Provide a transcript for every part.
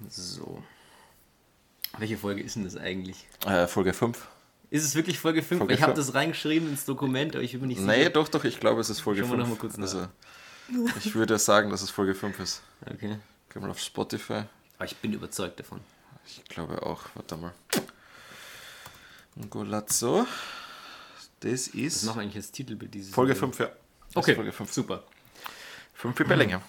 So. Welche Folge ist denn das eigentlich? Folge 5. Ist es wirklich Folge 5? Ich habe das reingeschrieben ins Dokument, aber ich bin mir nicht sicher. Nee, doch, ich glaube, es ist Folge 5. Schauen wir noch mal kurz nach. Also, ich würde sagen, dass es Folge 5 ist. Okay. Geh mal auf Spotify. Aber ich bin überzeugt davon. Ich glaube auch. Warte mal. Golazzo. Das ist... Was ist noch eigentlich das Titelbild dieses Folge 5, ja. Okay, Folge 5. super. 5 wie Bellingham.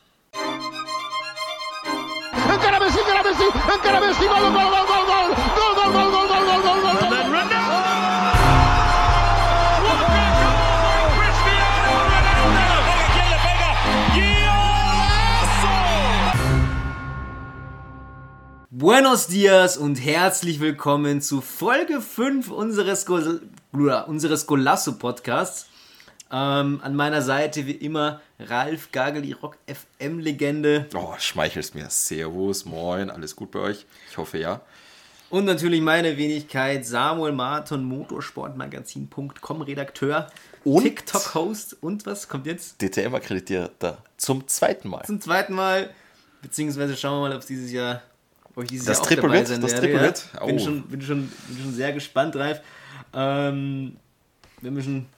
Encara Messi, gol, gol, gol, gol, gol, gol, gol, gol, gol, gol, gol, gol, gol, gol, gol. Buenos dias und herzlich willkommen zu Folge 5 unseres Golasso-Podcasts. An meiner Seite wie immer Ralf Gageli, Rock-FM-Legende. Oh, schmeichelst mir. Servus, moin, alles gut bei euch? Ich hoffe, ja. Und natürlich meine Wenigkeit Samuel Marton, Motorsportmagazin.com Redakteur, und TikTok-Host und was kommt jetzt? DTM-Akkreditierter zum zweiten Mal. Zum zweiten Mal, beziehungsweise schauen wir mal, ob ich dieses Jahr auch Triple dabei wird, sein das werde. Triple wird. Ja. Oh. Bin schon sehr gespannt, Ralf. Wenn wir schon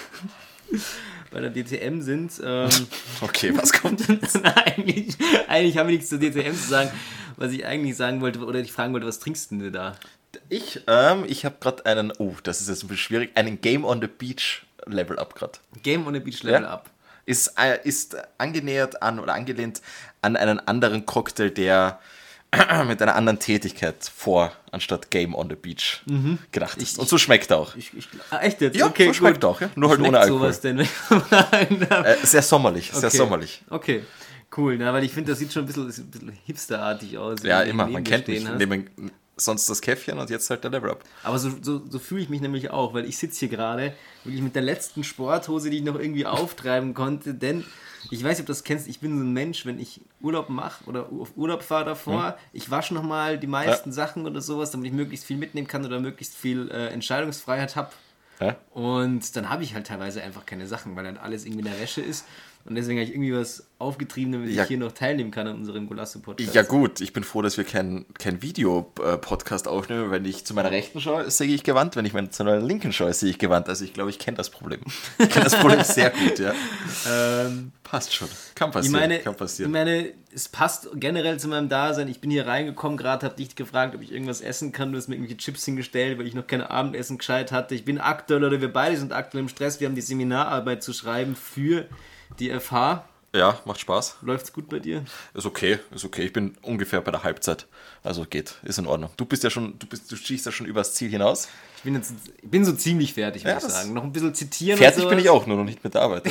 bei der DTM sind. Okay, was kommt jetzt? eigentlich haben wir nichts zur DTM zu sagen. Was ich eigentlich sagen wollte, oder ich fragen wollte, was trinkst du denn da? Ich habe gerade einen, das ist jetzt ein bisschen schwierig, einen Game on the Beach Level Up gerade. Game on the Beach Level Up. Ist angelehnt an einen anderen Cocktail, der mit einer anderen Tätigkeit anstatt Game on the Beach gedacht ist. Und so schmeckt er auch. Echt jetzt? Ja, okay, so schmeckt er auch. Ja? Nur halt ohne Alkohol. Sowas denn? Sehr sommerlich, okay. Sehr sommerlich. Okay, cool. Na, weil ich finde, das sieht schon ein bisschen hipsterartig aus. Ja, immer. Man kennt mich. Sonst das Käffchen und jetzt halt der Level Up. Aber so fühle ich mich nämlich auch, weil ich sitze hier gerade wirklich mit der letzten Sporthose, die ich noch irgendwie auftreiben konnte, denn ich weiß nicht, ob du das kennst, ich bin so ein Mensch, wenn ich Urlaub mache oder auf Urlaub fahre davor, ich wasche nochmal die meisten Sachen oder sowas, damit ich möglichst viel mitnehmen kann oder möglichst viel Entscheidungsfreiheit habe. Und dann habe ich halt teilweise einfach keine Sachen, weil dann alles irgendwie in der Wäsche ist. Und deswegen habe ich irgendwie was aufgetrieben, damit ich hier noch teilnehmen kann an unserem Golasso-Podcast. Ja gut, ich bin froh, dass wir kein Video-Podcast aufnehmen. Wenn ich zu meiner Rechten schaue, sehe ich gewandt. Wenn ich zu meiner linken schaue, sehe ich gewandt. Also ich glaube, ich kenne das Problem. Ich kenne das Problem sehr gut, ja. Passt schon. Kann passieren. Ich meine, es passt generell zu meinem Dasein. Ich bin hier reingekommen, gerade habe dich gefragt, ob ich irgendwas essen kann. Du hast mir irgendwelche Chips hingestellt, weil ich noch kein Abendessen gescheit hatte. Ich bin aktuell, oder wir beide sind aktuell im Stress. Wir haben die Seminararbeit zu schreiben für die FH. Ja, macht Spaß. Läuft's gut bei dir? Ist okay. Ich bin ungefähr bei der Halbzeit. Also geht, ist in Ordnung. Du schießt ja schon übers Ziel hinaus. Ich bin so ziemlich fertig, würde ich sagen. Noch ein bisschen zitieren. Fertig bin ich auch, nur noch nicht mit der Arbeit.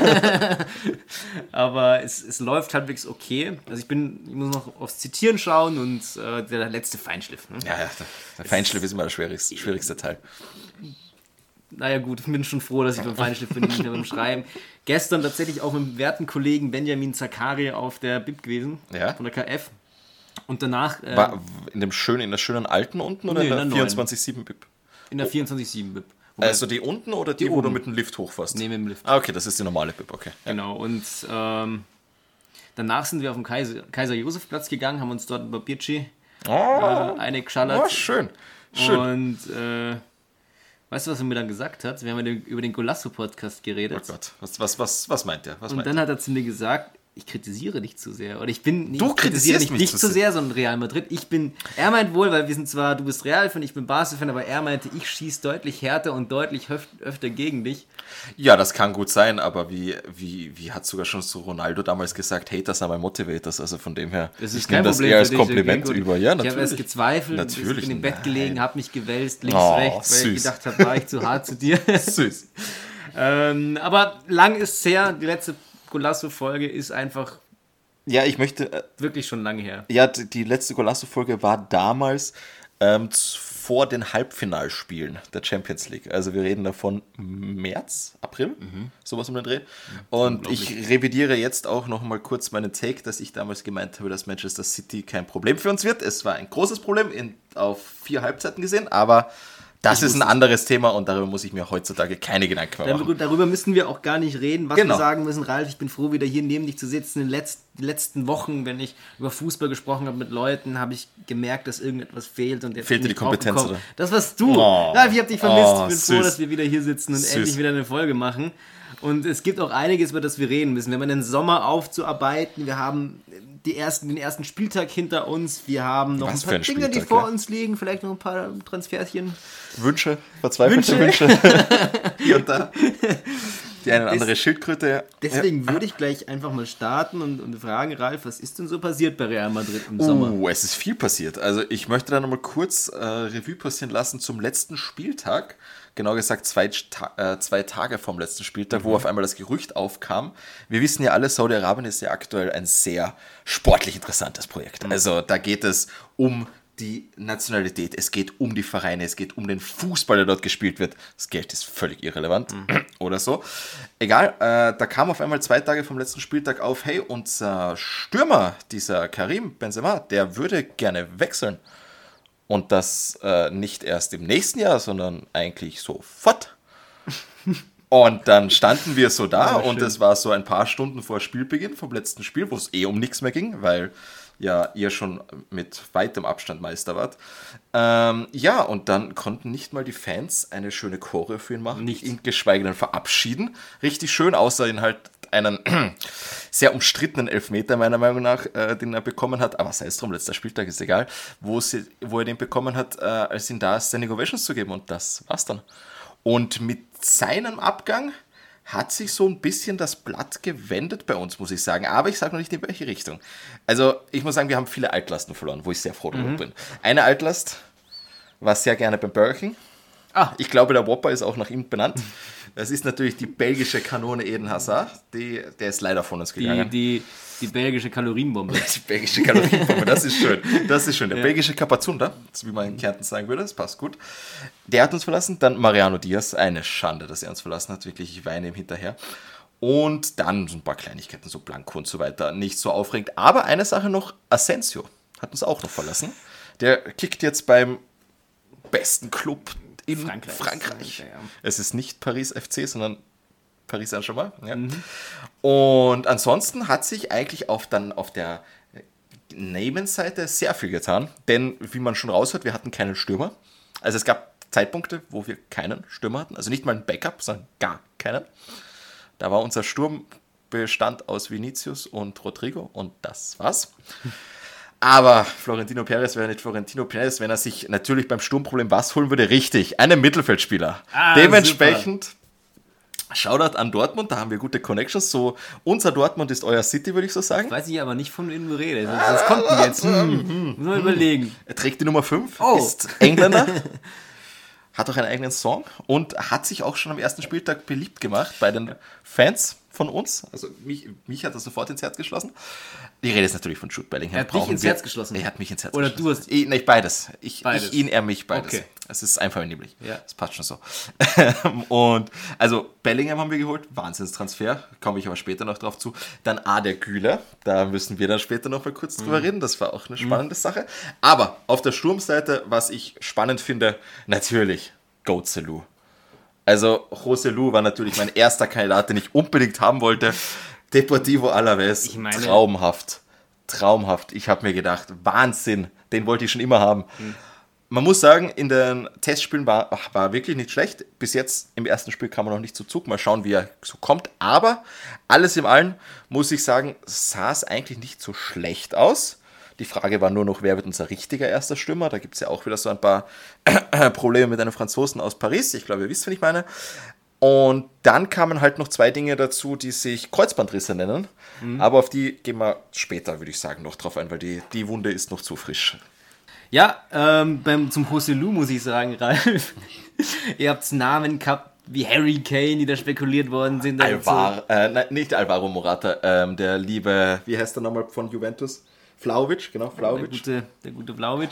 Aber es läuft halbwegs okay. Also ich muss noch aufs Zitieren schauen und der letzte Feinschliff. Ne? Ja, der Feinschliff ist immer der schwierigste Teil. Naja gut, ich bin schon froh, dass ich beim Feinschliff bin, nicht mehr beim Schreiben. Gestern tatsächlich auch mit dem werten Kollegen Benjamin Zakari auf der BIP gewesen, von der KF. Und danach... War in der schönen alten unten oder in der 24/7 BIP? In der 24/7 BIP. Also die unten oder die wo du mit dem Lift hochfährst? Nee, mit dem Lift. Ah, okay, das ist die normale BIP, okay. Ja. Genau, und danach sind wir auf den Kaiser-Josef-Platz gegangen, haben uns dort ein Babirci eine geschallert. Oh, schön. Und weißt du, was er mir dann gesagt hat? Wir haben über den Golasso-Podcast geredet. Oh Gott, was meint der? Dann hat er zu mir gesagt, ich kritisiere dich zu sehr. Oder ich kritisiere nicht zu sehr, sondern Real Madrid. Er meint wohl, weil du bist Real-Fan, ich bin Barca-Fan, aber er meinte, ich schieße deutlich härter und deutlich öfter gegen dich. Ja, das kann gut sein, aber wie hat sogar schon so Ronaldo damals gesagt, Haters are my motivators, also von dem her, das ist ich nehme das eher als Kompliment über. Ja, natürlich. Ich habe erst gezweifelt, natürlich, bin im Bett gelegen, habe mich gewälzt, links, rechts, weil ich gedacht habe, war ich zu hart zu dir. Süß. Aber lang ist es her, die letzte Golasso-Folge ist einfach wirklich schon lange her. Ja, die letzte Golasso-Folge war damals vor den Halbfinalspielen der Champions League. Also wir reden davon März, April, sowas um den Dreh. Und ich revidiere jetzt auch noch mal kurz meinen Take, dass ich damals gemeint habe, dass Manchester City kein Problem für uns wird. Es war ein großes Problem auf 4 Halbzeiten gesehen, aber Das ist ein anderes Thema und darüber muss ich mir heutzutage keine Gedanken mehr machen. Darüber müssen wir auch gar nicht reden. Was Genau. wir sagen müssen, Ralf, ich bin froh, wieder hier neben dich zu sitzen. In den letzten Wochen, wenn ich über Fußball gesprochen habe mit Leuten, habe ich gemerkt, dass irgendetwas fehlt. Und jetzt Fehlte bin die ich drauf Kompetenz, gekommen. oder? Das warst du. Oh. Ralf, ich habe dich vermisst. Oh, Ich bin süß. froh, dass wir wieder hier sitzen und Süß. endlich wieder eine Folge machen. Und es gibt auch einiges, über das wir reden müssen. Wir haben den Sommer aufzuarbeiten. Wir haben den ersten Spieltag hinter uns. Wir haben noch Was ein paar für ein Dinge, die Spieltag, vor ja. uns liegen. Vielleicht noch ein paar Transferchen. Wünsche, verzweifelte Wünsche. Hier und da. Die eine oder andere Schildkröte. Deswegen würde ich gleich einfach mal starten und fragen, Ralf, was ist denn so passiert bei Real Madrid im Sommer? Es ist viel passiert. Also ich möchte da nochmal kurz Revue passieren lassen zum letzten Spieltag. Genau gesagt 2 Tage vom letzten Spieltag, wo auf einmal das Gerücht aufkam. Wir wissen ja alle, Saudi-Arabien ist ja aktuell ein sehr sportlich interessantes Projekt. Also da geht es um die Nationalität, es geht um die Vereine, es geht um den Fußball, der dort gespielt wird. Das Geld ist völlig irrelevant oder so. Egal, da kam auf einmal 2 Tage vom letzten Spieltag auf, hey, unser Stürmer, dieser Karim Benzema, der würde gerne wechseln. Und das nicht erst im nächsten Jahr, sondern eigentlich sofort. Und dann standen wir so da und es war so ein paar Stunden vor Spielbeginn vom letzten Spiel, wo es um nichts mehr ging, weil ja ihr schon mit weitem Abstand Meister wart. Ja, und dann konnten nicht mal die Fans eine schöne Choreo für ihn machen, ihn geschweige denn verabschieden. Richtig schön, außer ihn halt einen sehr umstrittenen Elfmeter, meiner Meinung nach, den er bekommen hat, aber sei es drum, letzter Spieltag, ist egal, wo er den bekommen hat, als ihn da Standing Ovations zu geben, und das war's dann. Und mit seinem Abgang hat sich so ein bisschen das Blatt gewendet bei uns, muss ich sagen, aber ich sage noch nicht in welche Richtung. Also ich muss sagen, wir haben viele Altlasten verloren, wo ich sehr froh drüber bin. Eine Altlast war sehr gerne beim Burger King. Ich glaube, der Whopper ist auch nach ihm benannt. Das ist natürlich die belgische Kanone Eden Hazard. Der ist leider von uns gegangen. Die belgische Kalorienbombe. Die belgische Kalorienbombe, das ist schön. Das ist schön. Der belgische Kapazunder, wie man in Kärnten sagen würde, das passt gut. Der hat uns verlassen. Dann Mariano Diaz. Eine Schande, dass er uns verlassen hat. Wirklich, ich weine ihm hinterher. Und dann so ein paar Kleinigkeiten, so Blanco und so weiter. Nicht so aufregend. Aber eine Sache noch, Asensio hat uns auch noch verlassen. Der kickt jetzt beim besten Club in Frankreich. Ja. Es ist nicht Paris FC, sondern Paris Saint-Germain. Ja. Und ansonsten hat sich eigentlich auf der Namenseite sehr viel getan. Denn, wie man schon raushört, wir hatten keinen Stürmer. Also es gab Zeitpunkte, wo wir keinen Stürmer hatten. Also nicht mal ein Backup, sondern gar keinen. Da war unser Sturm bestand aus Vinicius und Rodrigo und das war's. Aber Florentino Perez wäre nicht Florentino Perez, wenn er sich natürlich beim Sturmproblem was holen würde. Richtig, einen Mittelfeldspieler. Dementsprechend, Shoutout an Dortmund, da haben wir gute Connections. So, unser Dortmund ist euer City, würde ich so sagen. Weiß ich aber nicht, von wem du redest. Das kommt denn jetzt. Muss man überlegen. Er trägt die Nummer 5, Oh. ist Engländer, hat auch einen eigenen Song und hat sich auch schon am ersten Spieltag beliebt gemacht bei den Fans von uns. Also mich hat er sofort ins Herz geschlossen. Die Rede ist natürlich von Jude Bellingham. Er hat dich ins Herz geschlossen? Er hat mich ins Herz Oder geschlossen. du hast... Nicht beides. Beides. Ich ihn, er mich, beides. Okay. Es ist einvernehmlich. Ja. Das passt schon so. Und also Bellingham haben wir geholt. Wahnsinnstransfer. Komme ich aber später noch drauf zu. Dann der Güler. Da müssen wir dann später noch mal kurz drüber reden. Das war auch eine spannende Sache. Aber auf der Sturmseite, was ich spannend finde, natürlich Gozelu. Also Joselu war natürlich mein erster Kandidat, den ich unbedingt haben wollte. Deportivo Alavés, Ich meine- traumhaft. Ich habe mir gedacht, Wahnsinn, den wollte ich schon immer haben. Man muss sagen, in den Testspielen war wirklich nicht schlecht. Bis jetzt im ersten Spiel kam er noch nicht zu Zug. Mal schauen, wie er so kommt. Aber alles in allem, muss ich sagen, sah es eigentlich nicht so schlecht aus. Die Frage war nur noch, wer wird unser richtiger erster Stürmer? Da gibt es ja auch wieder so ein paar Probleme mit einem Franzosen aus Paris. Ich glaube, ihr wisst, was ich meine. Und dann kamen halt noch 2 Dinge dazu, die sich Kreuzbandrisse nennen. Aber auf die gehen wir später, würde ich sagen, noch drauf ein, weil die Wunde ist noch zu frisch. Ja, zum Joselu muss ich sagen, Ralf. Ihr habt Namen gehabt wie Harry Kane, die da spekuliert worden sind. Nein, nicht Alvaro Morata, der liebe, wie heißt der nochmal von Juventus? Vlahovic, genau, Vlahovic. Der gute Vlahovic.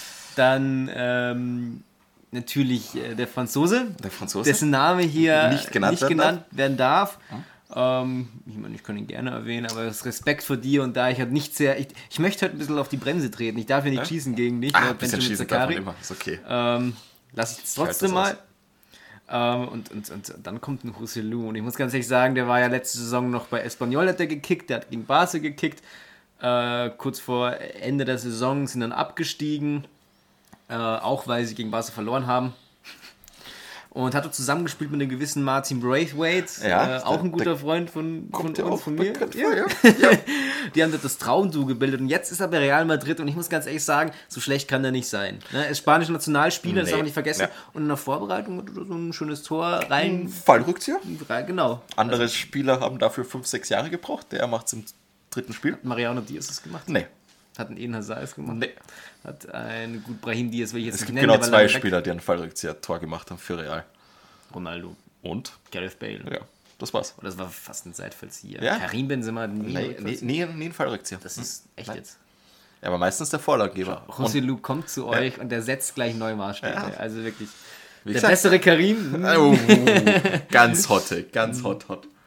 Dann natürlich der Franzose, dessen Name hier Nicht genannt werden darf. Ich meine, ich kann ihn gerne erwähnen, aber das Respekt vor dir und da ich halt nicht sehr... Ich möchte heute ein bisschen auf die Bremse treten. Ich darf ja nicht schießen gegen dich. Ein bisschen schießen darf man immer, ist okay. lasse ich es trotzdem mal. Und dann kommt ein Joselu. Und ich muss ganz ehrlich sagen, der war ja letzte Saison noch bei Espanyol, hat der gekickt, der hat gegen Barca gekickt. Kurz vor Ende der Saison sind dann abgestiegen, auch weil sie gegen Barca verloren haben. Und hat zusammengespielt mit einem gewissen Martin Braithwaite, auch ein guter Freund von uns, von mir. Ja. Die haben das Traumduo gebildet und jetzt ist er bei Real Madrid und ich muss ganz ehrlich sagen, so schlecht kann er nicht sein. Er ist spanischer Nationalspieler, das darf man nicht vergessen. Ja. Und in der Vorbereitung hat er so ein schönes Tor rein. Fallrückzieher? Genau. Andere Spieler haben dafür 5-6 Jahre gebraucht, der macht es im 3. Spiel. Hat Mariano Diaz es gemacht? Nee. Hat ein Eden Hazard es gemacht? Nee. Hat ein Brahim Diaz, will ich jetzt nicht nennen. Es gibt genau 2 Spieler, die ein Fallrückzieher-Tor gemacht haben für Real. Ronaldo. Und? Gareth Bale. Ja, das war's. Das war fast ein Seitfallzieher. Ja? Karim Benzema nie ein Fallrückzieher. Das ist echt jetzt. Ja, aber meistens der Vorlagegeber. Joselu kommt zu euch und der setzt gleich neue Maßstäbe. Ja. Also wirklich. Wie der bessere Karim. Ganz hot.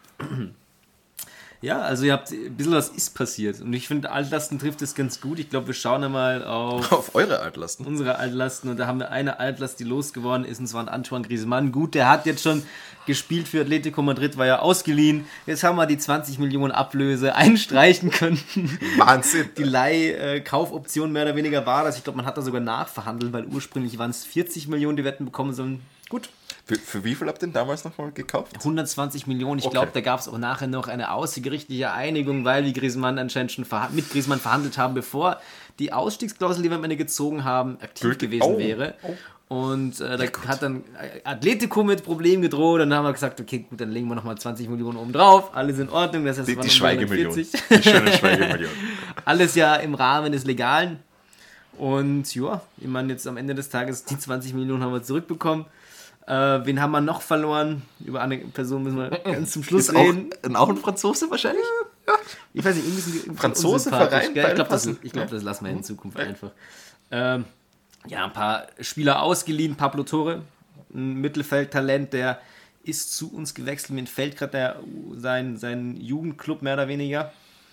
Ja, also ihr habt ein bisschen was ist passiert. Und ich finde, Altlasten trifft es ganz gut. Ich glaube, wir schauen einmal auf eure Altlasten. Unsere Altlasten. Und da haben wir eine Altlast, die losgeworden ist. Und zwar ein Antoine Griezmann. Gut, der hat jetzt schon gespielt für Atletico Madrid, war ja ausgeliehen. Jetzt haben wir die 20 Millionen Ablöse einstreichen können. Wahnsinn. Die Leih-Kaufoption mehr oder weniger war das. Ich glaube, man hat da sogar nachverhandelt, weil ursprünglich waren es 40 Millionen, die wir hätten bekommen sollen. Gut. Für wie viel habt ihr denn damals nochmal gekauft? 120 Millionen. Ich glaube, da gab es auch nachher noch eine außergerichtliche Einigung, weil wir Griezmann anscheinend schon mit Griezmann verhandelt haben, bevor die Ausstiegsklausel, die wir am Ende gezogen haben, aktiv gewesen wäre. Und da hat dann Atletico mit Problemen gedroht. Und dann haben wir gesagt, okay, gut, dann legen wir nochmal 20 Millionen oben drauf. Alles in Ordnung. Das heißt, die Schweigemillion. Die schöne Schweigemillion. Alles ja im Rahmen des Legalen. Und ja, ich meine, jetzt am Ende des Tages, die 20 Millionen haben wir zurückbekommen. Wen haben wir noch verloren? Über eine Person müssen wir ganz zum Schluss reden. Auch ein Franzose wahrscheinlich? Ja. Ich weiß nicht, irgendwie Franzose Verein? Ich glaube, das lassen wir in Zukunft einfach. Ein paar Spieler ausgeliehen. Pablo Torre, ein Mittelfeldtalent, der ist zu uns gewechselt. Mir entfällt gerade sein Jugendclub mehr oder weniger.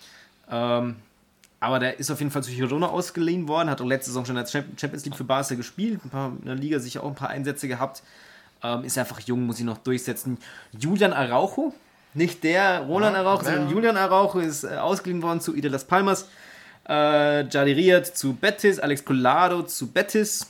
Aber der ist auf jeden Fall zu Girona ausgeliehen worden, hat auch letzte Saison schon in der Champions League für Barca gespielt, in der Liga sicher auch ein paar Einsätze gehabt. Ist einfach jung, muss sich noch durchsetzen. Julian Araujo, nicht der Roland Araujo, sondern Julian Araujo ist ausgeliehen worden zu Ida Las Palmas. Jadi Riyad zu Betis, Alex Collado zu Betis.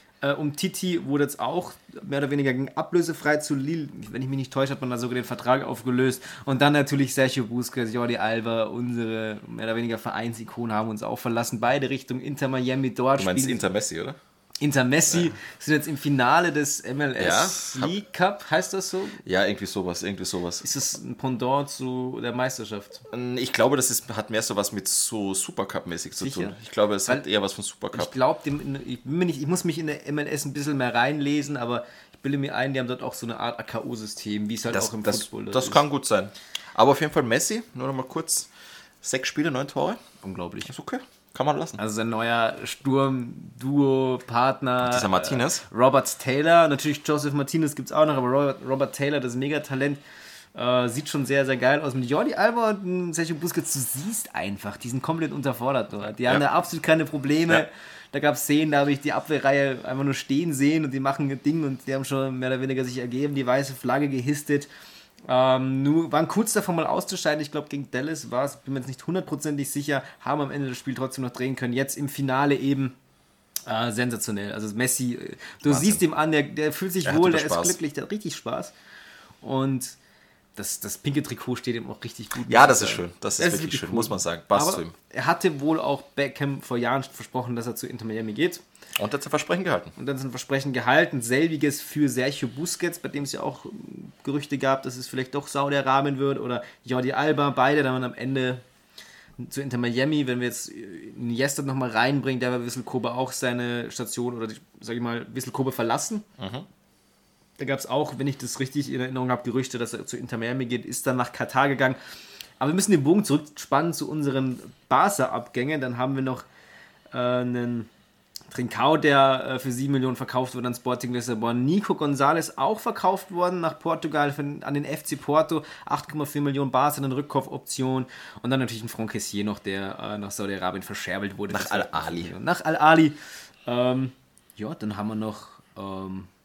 Titi wurde jetzt auch mehr oder weniger gegen ablösefrei zu Lille, wenn ich mich nicht täusche, hat man da sogar den Vertrag aufgelöst. Und dann natürlich Sergio Busquets, Jordi Alba, unsere mehr oder weniger Vereinsikonen haben uns auch verlassen. Beide Richtung Inter Miami dort. Du meinst Inter Messi, oder? Inter Messi sind jetzt im Finale des MLS League Cup, heißt das so? Ja, irgendwie sowas. Ist das ein Pendant zu der Meisterschaft? Ich glaube, hat mehr so was mit so Supercup-mäßig zu tun. Ich glaube, es hat eher was von Supercup. Ich glaube, ich muss mich in der MLS ein bisschen mehr reinlesen, aber ich bilde mir ein, die haben dort auch so eine Art AKO-System, wie es halt auch im Football ist. Das kann gut sein. Aber auf jeden Fall Messi, nur noch mal kurz, 6 Spiele, 9 Tore. Unglaublich. Ist okay. Kann man lassen. Also sein neuer Sturm-Duo-Partner. Dieser Martinez. Robert Taylor. Natürlich Joseph Martinez gibt es auch noch, aber Robert Taylor, das Megatalent, sieht schon sehr, sehr geil aus. Mit Jordi Alba und Sergio Busquets, du siehst einfach, die sind komplett unterfordert dort. Die haben da absolut keine Probleme. Ja. Da gab es Szenen, da habe ich die Abwehrreihe einfach nur stehen sehen und die machen ein Ding und die haben schon mehr oder weniger sich ergeben, die weiße Flagge gehistet. Waren kurz davon mal auszuscheiden, ich glaube gegen Dallas war es, bin mir jetzt nicht hundertprozentig sicher, haben am Ende das Spiel trotzdem noch drehen können, jetzt im Finale eben sensationell, also Messi, du Wahnsinn. Siehst ihm an, der fühlt sich wohl, der ist glücklich, der hat richtig Spaß und das pinke Trikot steht ihm auch richtig gut. Ja, das ist schön, das ist wirklich schön, cool. Muss man sagen, passt zu ihm. Er hatte wohl auch Beckham vor Jahren versprochen, dass er zu Inter Miami geht. Und hat sein Versprechen gehalten. Selbiges für Sergio Busquets, bei dem es ja auch Gerüchte gab, dass es vielleicht doch Saudi-Arabien wird, oder Jordi Alba, beide dann am Ende zu Inter Miami. Wenn wir jetzt Iniesta nochmal reinbringen, der bei Vissel Kobe auch seine Station oder, Vissel Kobe verlassen. Da gab es auch, wenn ich das richtig in Erinnerung habe, Gerüchte, dass er zu Inter Miami geht, ist dann nach Katar gegangen. Aber wir müssen den Bogen zurückspannen zu unseren Barca-Abgängen. Dann haben wir noch einen Trincao, der für 7 Millionen verkauft wurde an Sporting Lissabon. Nico Gonzalez auch verkauft worden nach Portugal an den FC Porto. 8,4 Millionen Bars in Rückkaufoption. Und dann natürlich ein Franck Kessier noch, der nach Saudi-Arabien verscherbelt wurde. Nach Al-Ali. Nach Al-Ali. Dann haben wir noch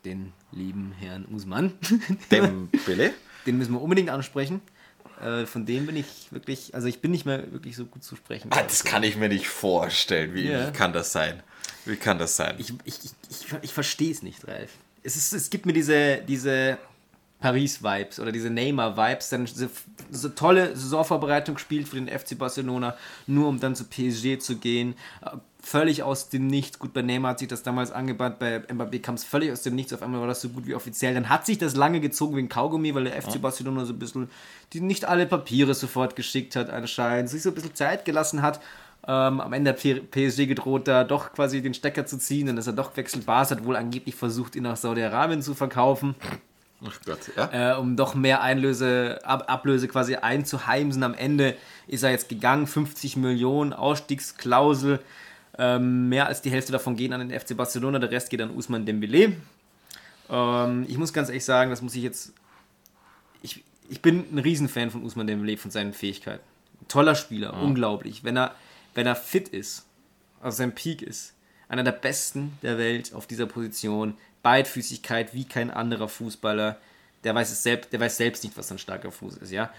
den lieben Herrn Usman. Dembele? Den müssen wir unbedingt ansprechen. Von dem bin ich wirklich, also ich bin nicht mehr wirklich so gut zu sprechen. Das kann ich mir nicht vorstellen. Wie kann das sein? Wie kann das sein? Ich verstehe es nicht, Ralf. Es gibt mir diese Paris-Vibes oder diese Neymar-Vibes, dann so tolle Saisonvorbereitung gespielt für den FC Barcelona, nur um dann zu PSG zu gehen. Völlig aus dem Nichts. Gut, bei Neymar hat sich das damals angebahnt, bei Mbappé kam es völlig aus dem Nichts. Auf einmal war das so gut wie offiziell. Dann hat sich das lange gezogen wie ein Kaugummi, weil der FC Barcelona so ein bisschen die nicht alle Papiere sofort geschickt hat anscheinend, sich so ein bisschen Zeit gelassen hat. Am Ende hat PSG gedroht, da doch quasi den Stecker zu ziehen. Dann ist er doch gewechselt. Barca hat wohl angeblich versucht, ihn nach Saudi-Arabien zu verkaufen. Ach Gott, ja. Um doch mehr Ablöse quasi einzuheimsen. Am Ende ist er jetzt gegangen, 50 Millionen, Ausstiegsklausel. Mehr als die Hälfte davon gehen an den FC Barcelona, der Rest geht an Ousmane Dembélé. Ich muss ganz ehrlich sagen, das muss ich jetzt... Ich bin ein Riesenfan von Ousmane Dembélé, von seinen Fähigkeiten. Toller Spieler, unglaublich. Wenn er fit ist, auf seinem Peak ist, einer der Besten der Welt auf dieser Position, Beidfüßigkeit wie kein anderer Fußballer, der weiß selbst nicht, was ein starker Fuß ist, ja?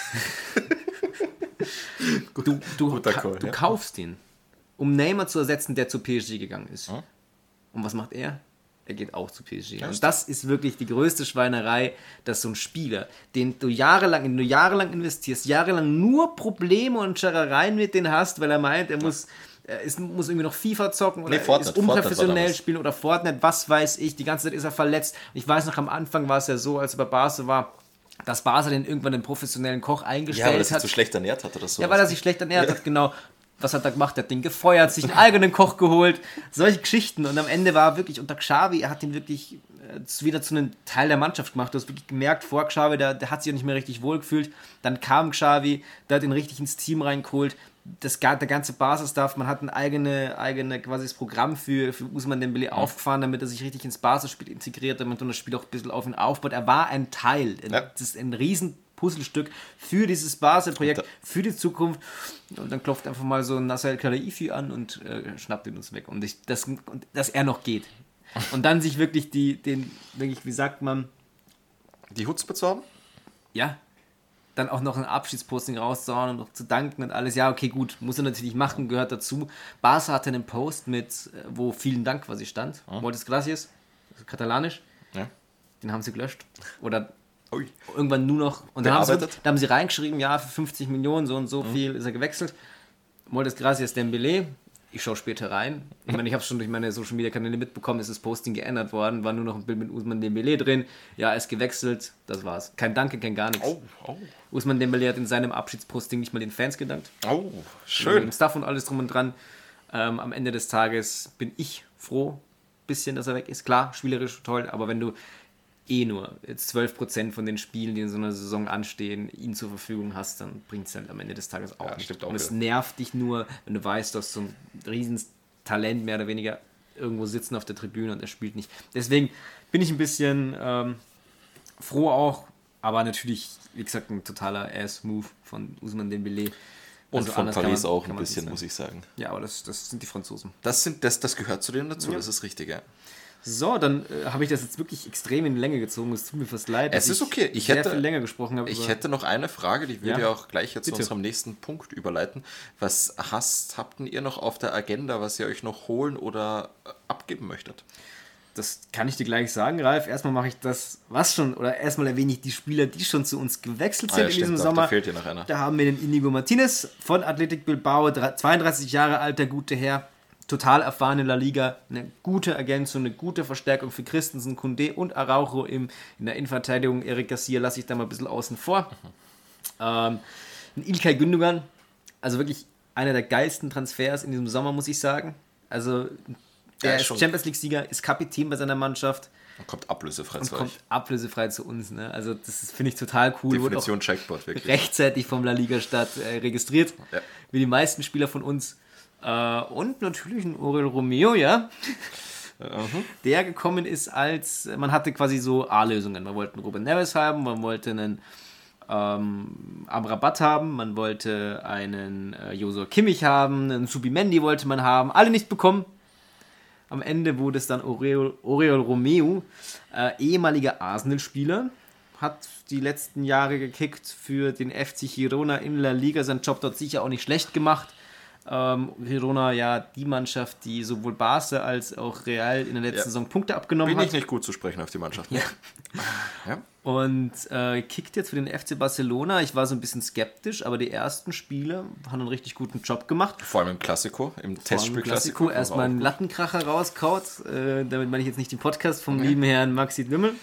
Du kaufst ihn, um Neymar zu ersetzen, der zu PSG gegangen ist. Und was macht er? Er geht auch zu PSG. Ja, und das ist wirklich die größte Schweinerei, dass so ein Spieler, den du jahrelang investierst, jahrelang nur Probleme und Scherereien mit denen hast, weil er meint, er muss irgendwie noch FIFA zocken oder ist unprofessionell spielen oder Fortnite, was weiß ich. Die ganze Zeit ist er verletzt. Ich weiß noch, am Anfang war es ja so, als er bei Barca war, dass Barca den irgendwann einen professionellen Koch eingestellt hat. Ja, weil er sich zu schlecht ernährt hat oder so. Ja, weil er sich schlecht ernährt hat, genau. Was hat er gemacht? Er hat den gefeuert, sich einen eigenen Koch geholt. Solche Geschichten. Und am Ende war wirklich unter Xavi, er hat ihn wirklich wieder zu einem Teil der Mannschaft gemacht. Du hast wirklich gemerkt, vor Xavi, der hat sich ja nicht mehr richtig wohlgefühlt. Dann kam Xavi, der hat ihn richtig ins Team reingeholt. Der ganze Barca-Staff, man hat ein eigene quasi das Programm für Ousmane Dembélé aufgefahren, damit er sich richtig ins Barca-Spiel integriert, damit man das Spiel auch ein bisschen auf ihn aufbaut. Er war ein Teil. Ja. Das ist ein riesen Puzzlestück für dieses Barca-Projekt, für die Zukunft. Und dann klopft einfach mal so Nasser El-Khelaifi an und schnappt ihn uns weg. Und dass er noch geht. Und dann sich wirklich wie sagt man? Die Chutzpe zu haben? Ja. Dann auch noch ein Abschiedsposting rauszuhauen und noch zu danken und alles. Ja, okay, gut, muss er natürlich machen, gehört dazu. Barca hatte einen Post wo vielen Dank quasi stand. Moltes Gracias, katalanisch. Ja. Den haben sie gelöscht. Oder irgendwann nur noch. Und dann haben sie reingeschrieben, ja, für 50 Millionen, so und so viel ist er gewechselt. Moltes Gracias Dembélé. Ich schaue später rein. Ich meine, ich habe es schon durch meine Social Media Kanäle mitbekommen, ist das Posting geändert worden, war nur noch ein Bild mit Ousmane Dembélé drin. Ja, er ist gewechselt, das war's. Kein Danke, kein gar nichts. Ousmane Dembélé hat in seinem Abschiedsposting nicht mal den Fans gedankt. Schön. Dem Staff und alles drum und dran. Am Ende des Tages bin ich froh, bisschen, dass er weg ist. Klar, spielerisch toll, aber wenn du nur jetzt 12% von den Spielen, die in so einer Saison anstehen, ihn zur Verfügung hast, dann bringt es halt am Ende des Tages auch nicht. Und es nervt dich nur, wenn du weißt, dass so ein Riesentalent mehr oder weniger irgendwo sitzen auf der Tribüne und er spielt nicht. Deswegen bin ich ein bisschen froh auch, aber natürlich, wie gesagt, ein totaler Ass-Move von Ousmane Dembélé. Und von Paris auch ein bisschen, muss ich sagen. Ja, aber das sind die Franzosen. Das gehört zu denen dazu, das ist richtig, ja. So, dann habe ich das jetzt wirklich extrem in die Länge gezogen. Es tut mir fast leid, dass ich okay. Ich hätte viel länger gesprochen habe. Ich hätte noch eine Frage, die würde auch gleich jetzt zu unserem nächsten Punkt überleiten. Was habt ihr noch auf der Agenda, was ihr euch noch holen oder abgeben möchtet? Das kann ich dir gleich sagen, Ralf. Erstmal mache ich das, erstmal erwähne ich die Spieler, die schon zu uns gewechselt sind in diesem Sommer. Da fehlt hier noch einer. Da haben wir den Inigo Martinez von Athletic Bilbao, 32 Jahre alt, der gute Herr. Total erfahren in La Liga, eine gute Ergänzung, eine gute Verstärkung für Christensen, Koundé und Araujo in der Innenverteidigung. Eric Garcia lasse ich da mal ein bisschen außen vor. Ein Ilkay Gündogan, also wirklich einer der geilsten Transfers in diesem Sommer, muss ich sagen. Also der ist Champions League-Sieger, ist Kapitän bei seiner Mannschaft. Und kommt ablösefrei zu uns. Ne? Also das finde ich total cool. Definition Checkboard, wirklich. Rechtzeitig vom La Liga-Start registriert, wie die meisten Spieler von uns. Und natürlich ein Oriol Romeo, ja, der gekommen ist man hatte quasi so A-Lösungen. Man wollte einen Ruben Neves haben, man wollte einen Amrabat haben, man wollte einen Joshua Kimmich haben, einen Subimendi wollte man haben, alle nicht bekommen. Am Ende wurde es dann Oriol Romeu, ehemaliger Arsenal-Spieler, hat die letzten Jahre gekickt für den FC Girona in La Liga, seinen Job dort sicher auch nicht schlecht gemacht. Girona ja die Mannschaft, die sowohl Barca als auch Real in der letzten Saison Punkte abgenommen Bin hat. ich nicht gut zu sprechen auf die Mannschaft. Ja. Ja. Und kickt jetzt für den FC Barcelona. Ich war so ein bisschen skeptisch, aber die ersten Spiele haben einen richtig guten Job gemacht. Vor allem im Klassiko, im Testspiel Klassiko erstmal einen Lattenkracher rauskaut. Damit meine ich jetzt nicht den Podcast vom lieben Herrn Maxi Dümmel.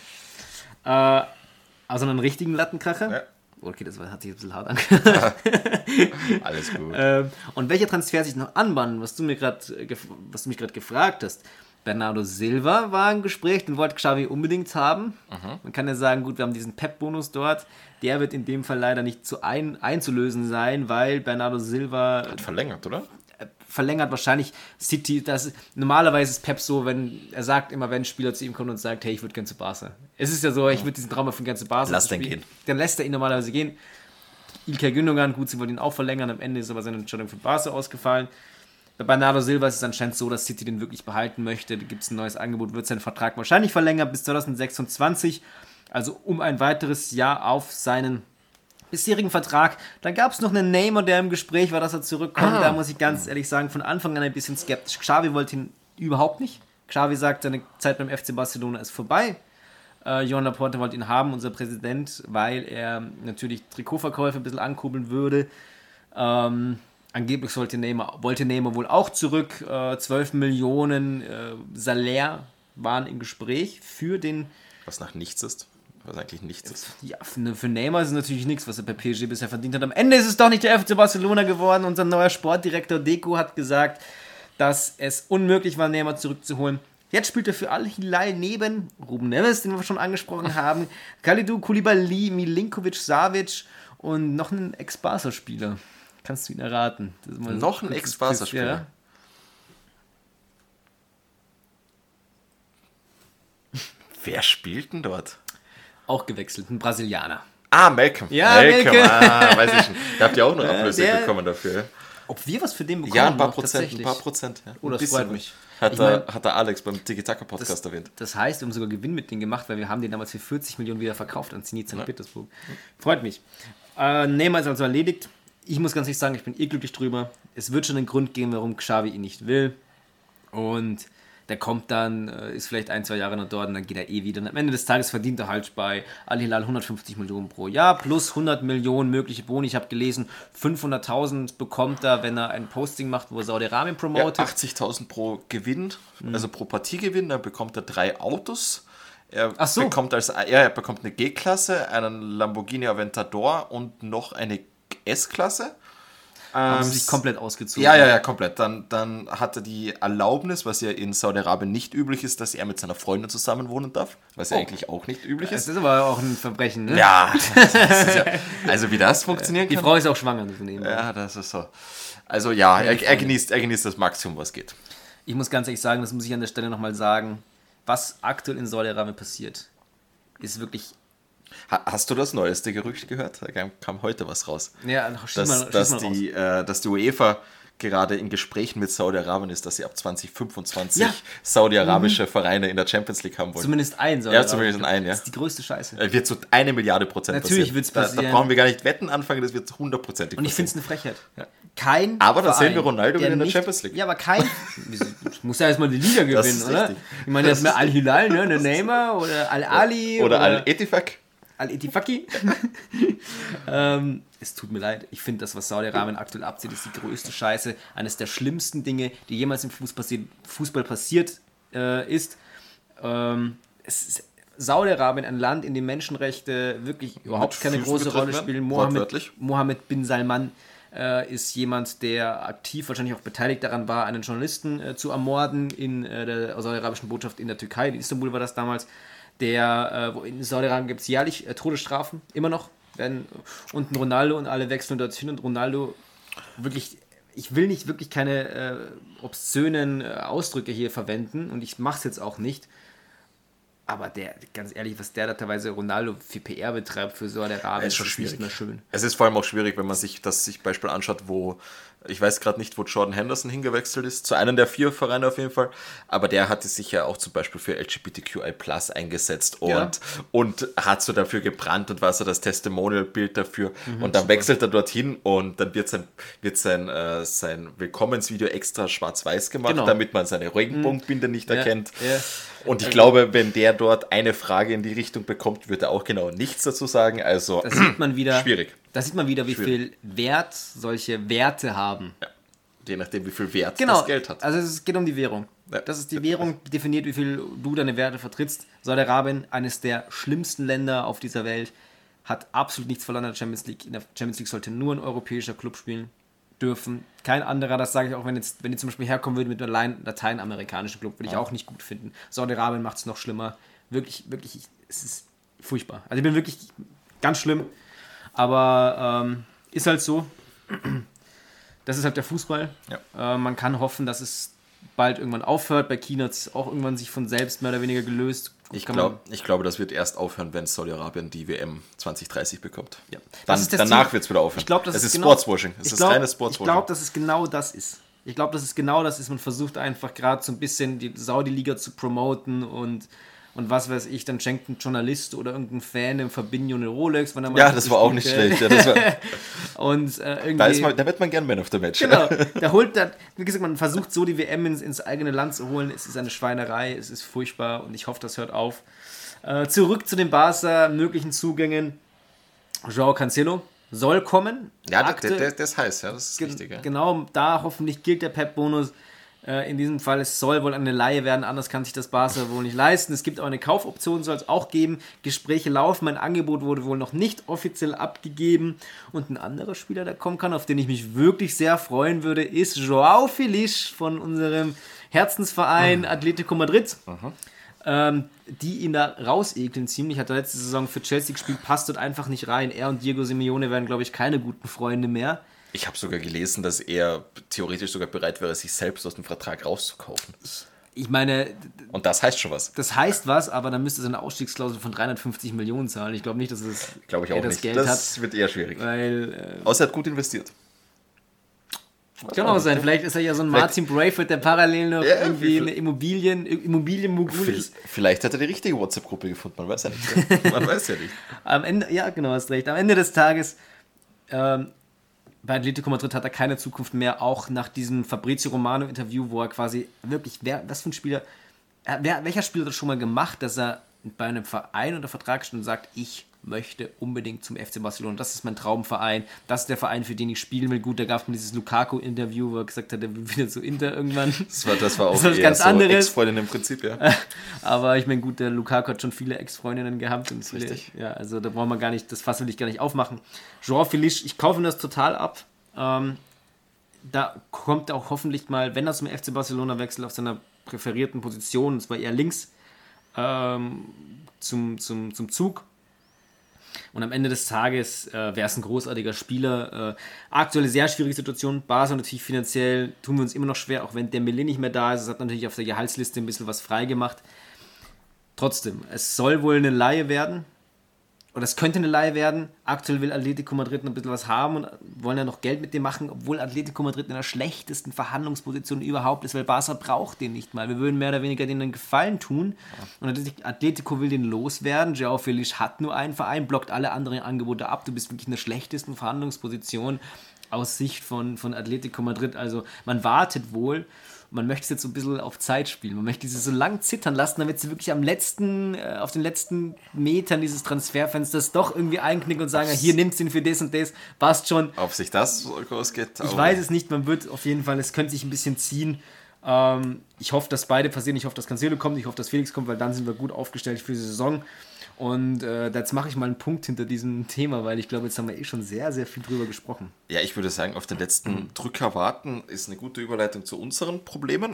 Also einen richtigen Lattenkracher. Ja. Okay, das hat sich ein bisschen hart angehört. Alles gut. Und welcher Transfer sich noch anbahnen, was du mich gerade gefragt hast. Bernardo Silva war im Gespräch, den wollte Xavi unbedingt haben. Man kann ja sagen, gut, wir haben diesen Pep-Bonus dort. Der wird in dem Fall leider nicht einzulösen sein, weil Bernardo Silva Hat verlängert, oder? verlängert wahrscheinlich City. Normalerweise ist Pep so, wenn er sagt immer, wenn ein Spieler zu ihm kommt und sagt, hey, ich würde gerne zu Barca. Es ist ja so, ich würde diesen Traum von gerne zu Barca. Lass den gehen. Dann lässt er ihn normalerweise gehen. Ilkay Gündogan, gut, sie wollten ihn auch verlängern. Am Ende ist aber seine Entscheidung für Barca ausgefallen. Bei Bernardo Silva ist es anscheinend so, dass City den wirklich behalten möchte. Da gibt es ein neues Angebot, wird sein Vertrag wahrscheinlich verlängert bis 2026. Also um ein weiteres Jahr auf seinen bisherigen Vertrag. Dann gab es noch einen Neymar, der im Gespräch war, dass er zurückkommt. Da muss ich ganz ehrlich sagen, von Anfang an ein bisschen skeptisch. Xavi wollte ihn überhaupt nicht. Xavi sagt, seine Zeit beim FC Barcelona ist vorbei. Joan Laporta wollte ihn haben, unser Präsident, weil er natürlich Trikotverkäufe ein bisschen ankurbeln würde. Angeblich wollte Neymar wohl auch zurück. 12 Millionen Salär waren im Gespräch für den... Was nach nichts ist. Was eigentlich nichts ist. Ja, für Neymar ist es natürlich nichts, was er bei PSG bisher verdient hat. Am Ende ist es doch nicht der FC Barcelona geworden. Unser neuer Sportdirektor Deco hat gesagt, dass es unmöglich war, Neymar zurückzuholen. Jetzt spielt er für Al-Hilal neben Ruben Neves, den wir schon angesprochen haben, Kalidou Koulibaly, Milinkovic, Savic und noch einen Ex-Barca-Spieler. Kannst du ihn erraten? Noch ein Ex-Barca-Spieler? Ja. Wer spielt denn dort? Auch gewechselt, ein Brasilianer. Ah, Malcolm. Ja, Malcolm. Weiß ich schon. Da habt ihr auch noch Ablöse bekommen dafür. Ob wir was für den bekommen? Ja, ein paar noch, Prozent. Ja. Oh, das freut mich. Hat der Alex beim Tiki-Taka-Podcast erwähnt. Das heißt, wir haben sogar Gewinn mit denen gemacht, weil wir haben den damals für 40 Millionen wieder verkauft an Zenit St. Petersburg. Freut mich. Neymar ist also erledigt. Ich muss ganz ehrlich sagen, ich bin glücklich drüber. Es wird schon einen Grund geben, warum Xavi ihn nicht will. Und der kommt dann, ist vielleicht 1-2 Jahre noch dort und dann geht er wieder. Und am Ende des Tages verdient er halt bei Al-Hilal 150 Millionen pro Jahr plus 100 Millionen mögliche Boni. Ich habe gelesen, 500.000 bekommt er, wenn er ein Posting macht, wo er Saudi-Arabien promotet. Ja, 80.000 pro Gewinn, also pro Partiegewinn. Dann bekommt er 3 Autos. Er bekommt eine G-Klasse, einen Lamborghini Aventador und noch eine S-Klasse. Haben sie sich komplett ausgezogen. Ja, komplett. Dann hat er die Erlaubnis, was ja in Saudi-Arabien nicht üblich ist, dass er mit seiner Freundin zusammen wohnen darf, was ja eigentlich auch nicht üblich ist. Das ist aber auch ein Verbrechen, ne? Ja, also wie das funktionieren kann. Die Frau ist auch schwanger. Ja, das ist so. Also ja, er genießt das Maximum, was geht. Ich muss ganz ehrlich sagen, das muss ich an der Stelle nochmal sagen, was aktuell in Saudi-Arabien passiert, ist wirklich... Hast du das neueste Gerücht gehört? Da kam heute was raus. Ja, dass die UEFA gerade in Gesprächen mit Saudi-Arabien ist, dass sie ab 2025 saudi-arabische Vereine in der Champions League haben wollen. Zumindest einen. Ja, zumindest einen, ja. Das ist die größte Scheiße. Wird so 1 Milliarde Prozent Natürlich wird es passieren. Da brauchen wir gar nicht Wetten anfangen, das wird 100% passieren. Und ich finde es eine Frechheit. Ja. Aber dann sehen wir Ronaldo wieder in der Champions League. Ja, aber muss ja erstmal die Liga gewinnen, oder? Richtig. Ich meine, jetzt mehr Al-Hilal, ne? Der Neymar oder Al-Ali. Oder Al-Etifak. Al-Etifaki. Es tut mir leid. Ich finde, das, was Saudi-Arabien aktuell abzieht, ist die größte Scheiße. Eines der schlimmsten Dinge, die jemals im Fußball passiert ist. Es ist Saudi-Arabien, ein Land, in dem Menschenrechte wirklich überhaupt keine große Rolle spielen. Mohammed bin Salman ist jemand, der aktiv wahrscheinlich auch beteiligt daran war, einen Journalisten zu ermorden in der saudi-arabischen Botschaft in der Türkei. In Istanbul war das damals. In Saudi-Arabien gibt es jährlich Todesstrafen, immer noch. Und Ronaldo und alle wechseln dorthin und Ronaldo wirklich, ich will nicht wirklich keine obszönen Ausdrücke hier verwenden und ich mache es jetzt auch nicht. Aber ganz ehrlich, was der da teilweise Ronaldo für PR betreibt für Saudi-Arabien, ist schon schwierig. Nicht mehr schön. Es ist vor allem auch schwierig, wenn man sich das Beispiel anschaut, wo Ich weiß gerade nicht, wo Jordan Henderson hingewechselt ist. Zu einem der 4 Vereine auf jeden Fall. Aber der hatte sich ja auch zum Beispiel für LGBTQI+ eingesetzt und hat so dafür gebrannt und war so das Testimonial-Bild dafür. Und dann wechselt er dorthin und dann wird sein Willkommensvideo extra schwarz-weiß gemacht, damit man seine Regenbogenbinde nicht erkennt. Ja. Und ich glaube, wenn der dort eine Frage in die Richtung bekommt, wird er auch genau nichts dazu sagen. Also das sieht man wieder, schwierig. Da sieht man wieder, wie viel Wert solche Werte haben. Ja. Je nachdem, wie viel Wert das Geld hat. Also es geht um die Währung. Ja. Das ist die Währung, die definiert, wie viel du deine Werte vertrittst. Saudi-Arabien, eines der schlimmsten Länder auf dieser Welt, hat absolut nichts verloren in der Champions League. In der Champions League sollte nur ein europäischer Club spielen dürfen. Kein anderer, das sage ich auch, wenn die zum Beispiel herkommen würde mit einem lateinamerikanischen Club, würde ich auch nicht gut finden. Saudi-Arabien macht es noch schlimmer. Wirklich, es ist furchtbar. Also ich bin wirklich ganz schlimm. Aber ist halt so. Das ist halt der Fußball. Ja. Man kann hoffen, dass es bald irgendwann aufhört. Bei China hat es auch irgendwann sich von selbst mehr oder weniger gelöst. Ich glaube, das wird erst aufhören, wenn Saudi-Arabien die WM 2030 bekommt. Ja. Danach wird es wieder aufhören. Ich glaube, das ist Sportswashing. Es ist reines Sportswashing. Ich glaube, dass es genau das ist. Man versucht einfach gerade so ein bisschen die Saudi-Liga zu promoten und was weiß ich, dann schenkt ein Journalist oder irgendein Fan im Fabinho eine Rolex. Wenn er mal das war auch nicht schlecht. Ja, und irgendwie... Da wird man gern Man of the Match. Genau. Wie gesagt, man versucht so die WM ins eigene Land zu holen. Es ist eine Schweinerei, es ist furchtbar und ich hoffe, das hört auf. Zurück zu den Barca möglichen Zugängen. João Cancelo soll kommen. Ja, das heißt, das ist richtig. Ja. Genau, da hoffentlich gilt der Pep-Bonus. In diesem Fall, es soll wohl eine Leihe werden, anders kann sich das Barca wohl nicht leisten. Es gibt auch eine Kaufoption, soll es auch geben. Gespräche laufen, mein Angebot wurde wohl noch nicht offiziell abgegeben. Und ein anderer Spieler, der kommen kann, auf den ich mich wirklich sehr freuen würde, ist João Felix von unserem Herzensverein Atletico Madrid. Die ihn da rausekeln ziemlich. Hat er letzte Saison für Chelsea gespielt, passt dort einfach nicht rein. Er und Diego Simeone werden, glaube ich, keine guten Freunde mehr. Ich habe sogar gelesen, dass er theoretisch sogar bereit wäre, sich selbst aus dem Vertrag rauszukaufen. Ich meine... Und das heißt schon was. Das heißt was, aber dann müsste es eine Ausstiegsklausel von 350 Millionen zahlen. Ich glaube nicht, dass es das Geld hat. Das wird eher schwierig. Außer er hat gut investiert. Kann auch sein. Vielleicht ist er ja so ein Martin Braithwaite, der parallel noch irgendwie eine Immobilienmogul ist. Vielleicht hat er die richtige WhatsApp-Gruppe gefunden. Man weiß ja nicht. Man weiß ja nicht. Am Ende, ja, genau, hast recht. Am Ende des Tages... bei Atletico Madrid hat er keine Zukunft mehr, auch nach diesem Fabrizio Romano-Interview, wo er quasi wirklich, was für ein Spieler, welcher Spieler hat das schon mal gemacht, dass er bei einem Verein unter Vertrag steht und sagt, ich möchte unbedingt zum FC Barcelona, das ist mein Traumverein, das ist der Verein, für den ich spielen will. Gut, da gab es dieses Lukaku-Interview, wo er gesagt hat, er will wieder zu Inter irgendwann. Das war auch was ganz anderes. Ex-Freundin im Prinzip, ja. Aber ich meine, gut, der Lukaku hat schon viele Ex-Freundinnen gehabt. Und richtig. Ja, also da brauchen wir gar nicht, das Fass will ich gar nicht aufmachen. João Felix, ich kaufe ihm das total ab. Da kommt auch hoffentlich mal, wenn er zum FC Barcelona wechselt, auf seiner präferierten Position, und zwar eher links, zum Zug. Und am Ende des Tages wäre es ein großartiger Spieler. Aktuelle sehr schwierige Situation. Barca natürlich finanziell tun wir uns immer noch schwer, auch wenn Dembélé nicht mehr da ist. Es hat natürlich auf der Gehaltsliste ein bisschen was freigemacht. Trotzdem, es soll wohl eine Leihe werden. Oder es könnte eine Leihe werden. Aktuell will Atletico Madrid noch ein bisschen was haben und wollen ja noch Geld mit dem machen, obwohl Atletico Madrid in der schlechtesten Verhandlungsposition überhaupt ist, weil Barca braucht den nicht mal. Wir würden mehr oder weniger denen einen Gefallen tun. Und Atletico will den loswerden. João Felix hat nur einen Verein, blockt alle anderen Angebote ab. Du bist wirklich in der schlechtesten Verhandlungsposition aus Sicht von Atletico Madrid. Also man wartet wohl. Man möchte es jetzt so ein bisschen auf Zeit spielen. Man möchte sie so lang zittern lassen, damit sie wirklich auf den letzten Metern dieses Transferfensters doch irgendwie einknicken und sagen, hier, nimmst du ihn für das und das, passt schon. Ob sich das so groß geht? Ich weiß es nicht, man wird auf jeden Fall, es könnte sich ein bisschen ziehen. Ich hoffe, dass beide passieren. Ich hoffe, dass Cancelo kommt, ich hoffe, dass Felix kommt, weil dann sind wir gut aufgestellt für die Saison. Und jetzt mache ich mal einen Punkt hinter diesem Thema, weil ich glaube, jetzt haben wir schon sehr, sehr viel drüber gesprochen. Ja, ich würde sagen, auf den letzten Drücker warten ist eine gute Überleitung zu unseren Problemen.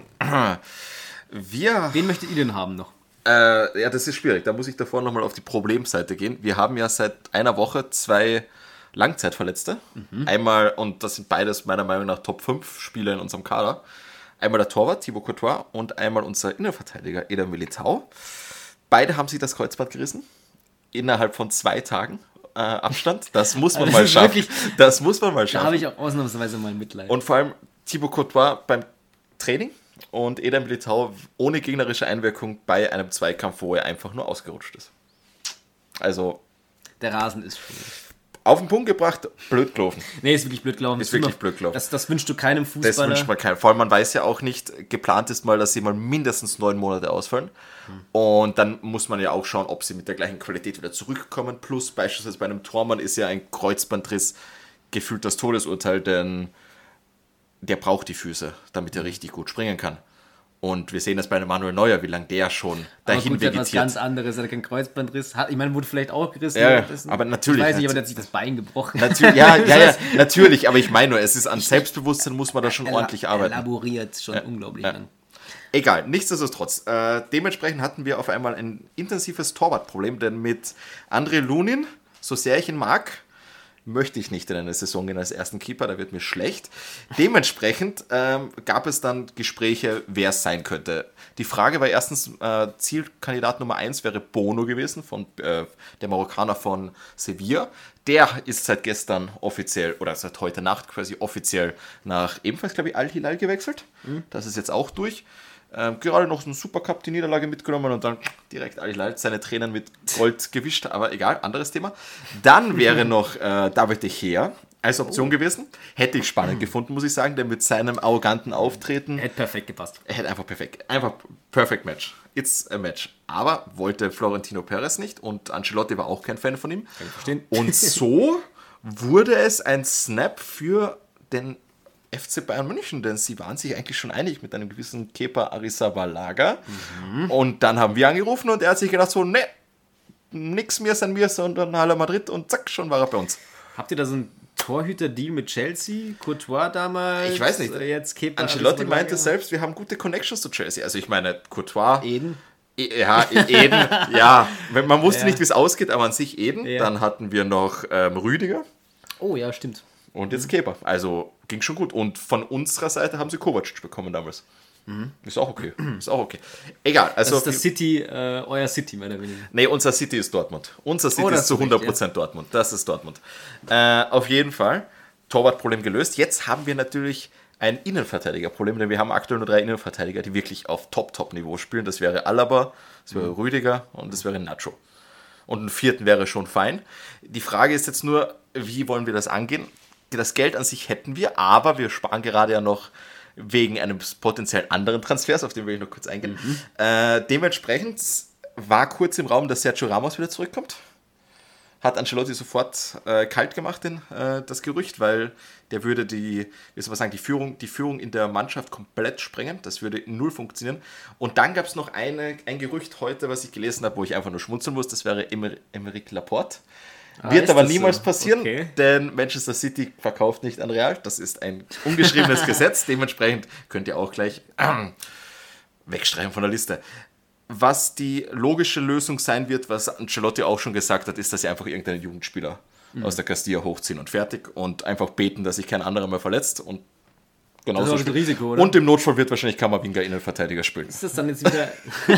Wen möchtet ihr denn haben noch? Ja, das ist schwierig. Da muss ich davor nochmal auf die Problemseite gehen. Wir haben ja seit einer Woche 2 Langzeitverletzte. Einmal, und das sind beides meiner Meinung nach Top 5 Spieler in unserem Kader. Einmal der Torwart, Thibaut Courtois, und einmal unser Innenverteidiger, Eder Militao. Beide haben sich das Kreuzband gerissen, innerhalb von 2 Tagen. Abstand. Das muss man Also mal das ist schaffen. wirklich- Das muss man mal Da schaffen. habe ich auch ausnahmsweise mal Mitleid. Und vor allem Thibaut Courtois beim Training und Eder Militao ohne gegnerische Einwirkung bei einem Zweikampf, wo er einfach nur ausgerutscht ist. Also der Rasen ist schwierig. auf den Punkt gebracht, blöd gelaufen. Nee, ist wirklich blöd gelaufen. Ist wirklich blöd gelaufen. Das wünschst du keinem Das Fußballer. wünscht man keinem. Vor allem, man weiß ja auch nicht, geplant ist mal, dass sie mal mindestens 9 Monate ausfallen. Und dann muss man ja auch schauen, ob sie mit der gleichen Qualität wieder zurückkommen. Plus beispielsweise bei einem Tormann ist ja ein Kreuzbandriss gefühlt das Todesurteil, denn der braucht die Füße, damit er richtig gut springen kann. Und wir sehen das bei einem Manuel Neuer, wie lange der schon aber dahin gut, der hat was vegetiert. ganz anderes. Er hat keinen Kreuzbandriss. Ich meine, wurde vielleicht auch gerissen. Ja, währenddessen. aber natürlich. Ich weiß nicht, aber der hat sich das Bein gebrochen. Natürlich, ja, natürlich, aber ich meine nur, es ist an Selbstbewusstsein muss man da schon ordentlich arbeiten. Elaboriert schon unglaublich lang. Egal, nichtsdestotrotz. Dementsprechend hatten wir auf einmal ein intensives Torwartproblem, denn mit André Lunin, so sehr ich ihn mag, möchte ich nicht in eine Saison gehen als ersten Keeper, da wird mir schlecht. Dementsprechend gab es dann Gespräche, wer es sein könnte. Die Frage war erstens, Zielkandidat Nummer 1 wäre Bono gewesen, der Marokkaner von Sevilla. Der ist seit gestern offiziell, oder seit heute Nacht quasi offiziell nach ebenfalls, glaube ich, Al-Hilal gewechselt. Das ist jetzt auch durch. Gerade noch so einen Supercup die Niederlage mitgenommen und dann direkt Al-Hilal seine Tränen mit Gold gewischt, aber egal, anderes Thema. Dann wäre noch David De Gea als Option gewesen. Hätte ich spannend gefunden, muss ich sagen, denn mit seinem arroganten Auftreten Hätte perfekt gepasst. hätte einfach perfect Match. It's a Match. Aber wollte Florentino Perez nicht und Ancelotti war auch kein Fan von ihm. Kann ich verstehen. Und so wurde es ein Snap für den FC Bayern München, denn sie waren sich eigentlich schon einig mit einem gewissen Kepa Arrizabalaga. Und dann haben wir angerufen und er hat sich gedacht so, ne, nix mir ist an mir, sondern Hala Madrid und zack, schon war er bei uns. Habt ihr da so einen Torhüter-Deal mit Chelsea? Courtois damals? Ich weiß nicht. Jetzt Kepa Ancelotti Arrizabalaga? meinte selbst, wir haben gute Connections zu Chelsea. Also ich meine, Courtois... Eden? Ja, Eden, ja. Man wusste Ja. nicht, wie es ausgeht, aber an sich Eden. Ja. Dann hatten wir noch Rüdiger Oh ja, stimmt. und jetzt Kepa. Also ging schon gut. Und von unserer Seite haben sie Kovacic bekommen damals. Ist auch okay. Ist auch okay. Egal. Das Also, ist das City, euer City, mehr oder weniger. nee, unser City ist Dortmund. Unser City das ist zu ist recht, 100% Dortmund. Das ist Dortmund. Auf jeden Fall. Torwartproblem gelöst. Jetzt haben wir natürlich ein Innenverteidigerproblem, denn wir haben aktuell nur 3 Innenverteidiger, die wirklich auf Top-Niveau spielen. Das wäre Alaba, das wäre Rüdiger und das wäre Nacho. Und einen 4. wäre schon fein. Die Frage ist jetzt nur, wie wollen wir das angehen? Das Geld an sich hätten wir, aber wir sparen gerade ja noch wegen einem potenziell anderen Transfers, auf den will ich noch kurz eingehen. Dementsprechend war kurz im Raum, dass Sergio Ramos wieder zurückkommt. Hat Ancelotti sofort kalt gemacht, das Gerücht, weil der würde die Führung in der Mannschaft komplett sprengen. Das würde null funktionieren. Und dann gab es noch ein Gerücht heute, was ich gelesen habe, wo ich einfach nur schmunzeln muss. Das wäre Emeric Laporte. Wird ist aber das niemals so? passieren, Okay. denn Manchester City verkauft nicht an Real. Das ist ein ungeschriebenes Gesetz. Dementsprechend könnt ihr auch gleich wegstreichen von der Liste. Was die logische Lösung sein wird, was Ancelotti auch schon gesagt hat, ist, dass sie einfach irgendeinen Jugendspieler aus der Castilla hochziehen und fertig und einfach beten, dass sich kein anderer mehr verletzt und genauso Das ist auch ein Risiko, oder? Und im Notfall wird wahrscheinlich Kammerwinger Innenverteidiger spielen. Ist das dann jetzt wieder...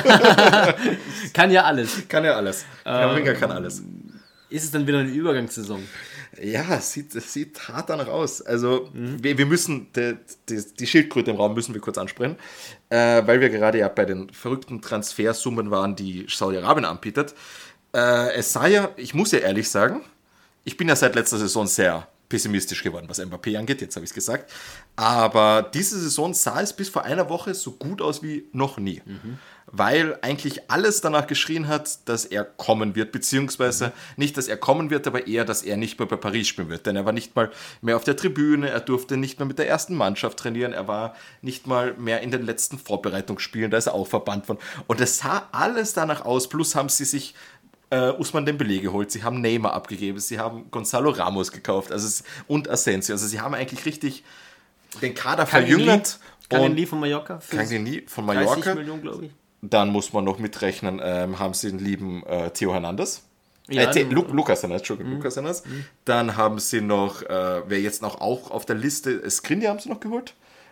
Kann ja alles. Kann ja alles. Kammerwinger kann alles. Ist es dann wieder eine Übergangssaison? Ja, es sieht hart danach aus. Also wir müssen, die Schildkröte im Raum müssen wir kurz ansprechen, weil wir gerade ja bei den verrückten Transfersummen waren, die Saudi-Arabien anbietet. Es sah ja, ich muss ja ehrlich sagen, ich bin ja seit letzter Saison sehr pessimistisch geworden, was Mbappé angeht, jetzt habe ich es gesagt. Aber diese Saison sah es bis vor einer Woche so gut aus wie noch nie. Weil eigentlich alles danach geschrien hat, dass er kommen wird, beziehungsweise nicht, dass er kommen wird, aber eher, dass er nicht mehr bei Paris spielen wird. Denn er war nicht mal mehr auf der Tribüne, er durfte nicht mehr mit der ersten Mannschaft trainieren, er war nicht mal mehr in den letzten Vorbereitungsspielen, da ist er auch verbannt worden. Und es sah alles danach aus, plus haben sie sich Ousmane Dembélé geholt, sie haben Neymar abgegeben, sie haben Gonzalo Ramos gekauft und Asensio. Also sie haben eigentlich richtig den Kader verjüngert. Kangin von Mallorca? Kangin von 30 Mallorca. Millionen, glaube ich. Dann muss man noch mitrechnen, haben sie den lieben Theo Hernandez. Ja, Lucas Hernandez, Entschuldigung, Lucas Hernandez. Dann haben sie noch, wer jetzt noch auch auf der Liste, Skriniar haben sie noch geholt.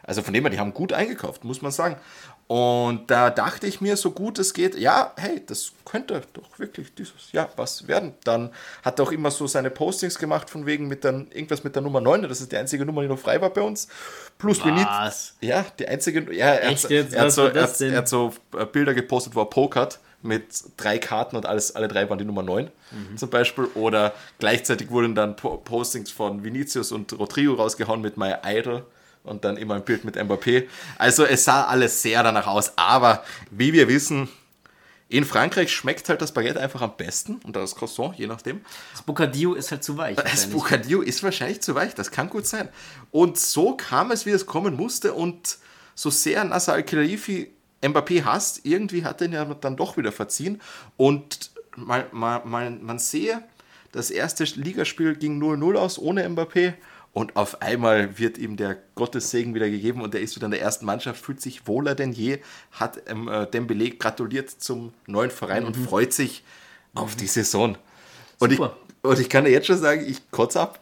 Also von dem her, die haben gut eingekauft, muss man sagen. Und da dachte ich mir, so gut es geht, ja, hey, das könnte doch wirklich dieses Jahr was werden. Dann hat er auch immer so seine Postings gemacht, von wegen irgendwas mit der Nummer 9, das ist die einzige Nummer, die noch frei war bei uns. Plus Was? Ja, die einzige, ja, er hat so Bilder gepostet, wo er pokert mit 3 Karten und alle 3 waren die Nummer 9 zum Beispiel. Oder gleichzeitig wurden dann Postings von Vinicius und Rodrigo rausgehauen mit My Idol. Und dann immer ein Bild mit Mbappé. Also es sah alles sehr danach aus. Aber wie wir wissen, in Frankreich schmeckt halt das Baguette einfach am besten. Und das Croissant, je nachdem. Das Bocadillo ist halt zu weich. Das Bocadillo ist wahrscheinlich zu weich. Das kann gut sein. Und so kam es, wie es kommen musste. Und so sehr Nasser Al-Khelaifi Mbappé hasst, irgendwie hat er ihn ja dann doch wieder verziehen. Und man sehe, das erste Ligaspiel ging 0-0 aus ohne Mbappé. Und auf einmal wird ihm der Gottessegen wieder gegeben und er ist wieder in der ersten Mannschaft, fühlt sich wohler denn je, hat Dembélé gratuliert zum neuen Verein und freut sich auf die Saison. Und ich kann dir jetzt schon sagen, ich kotze ab.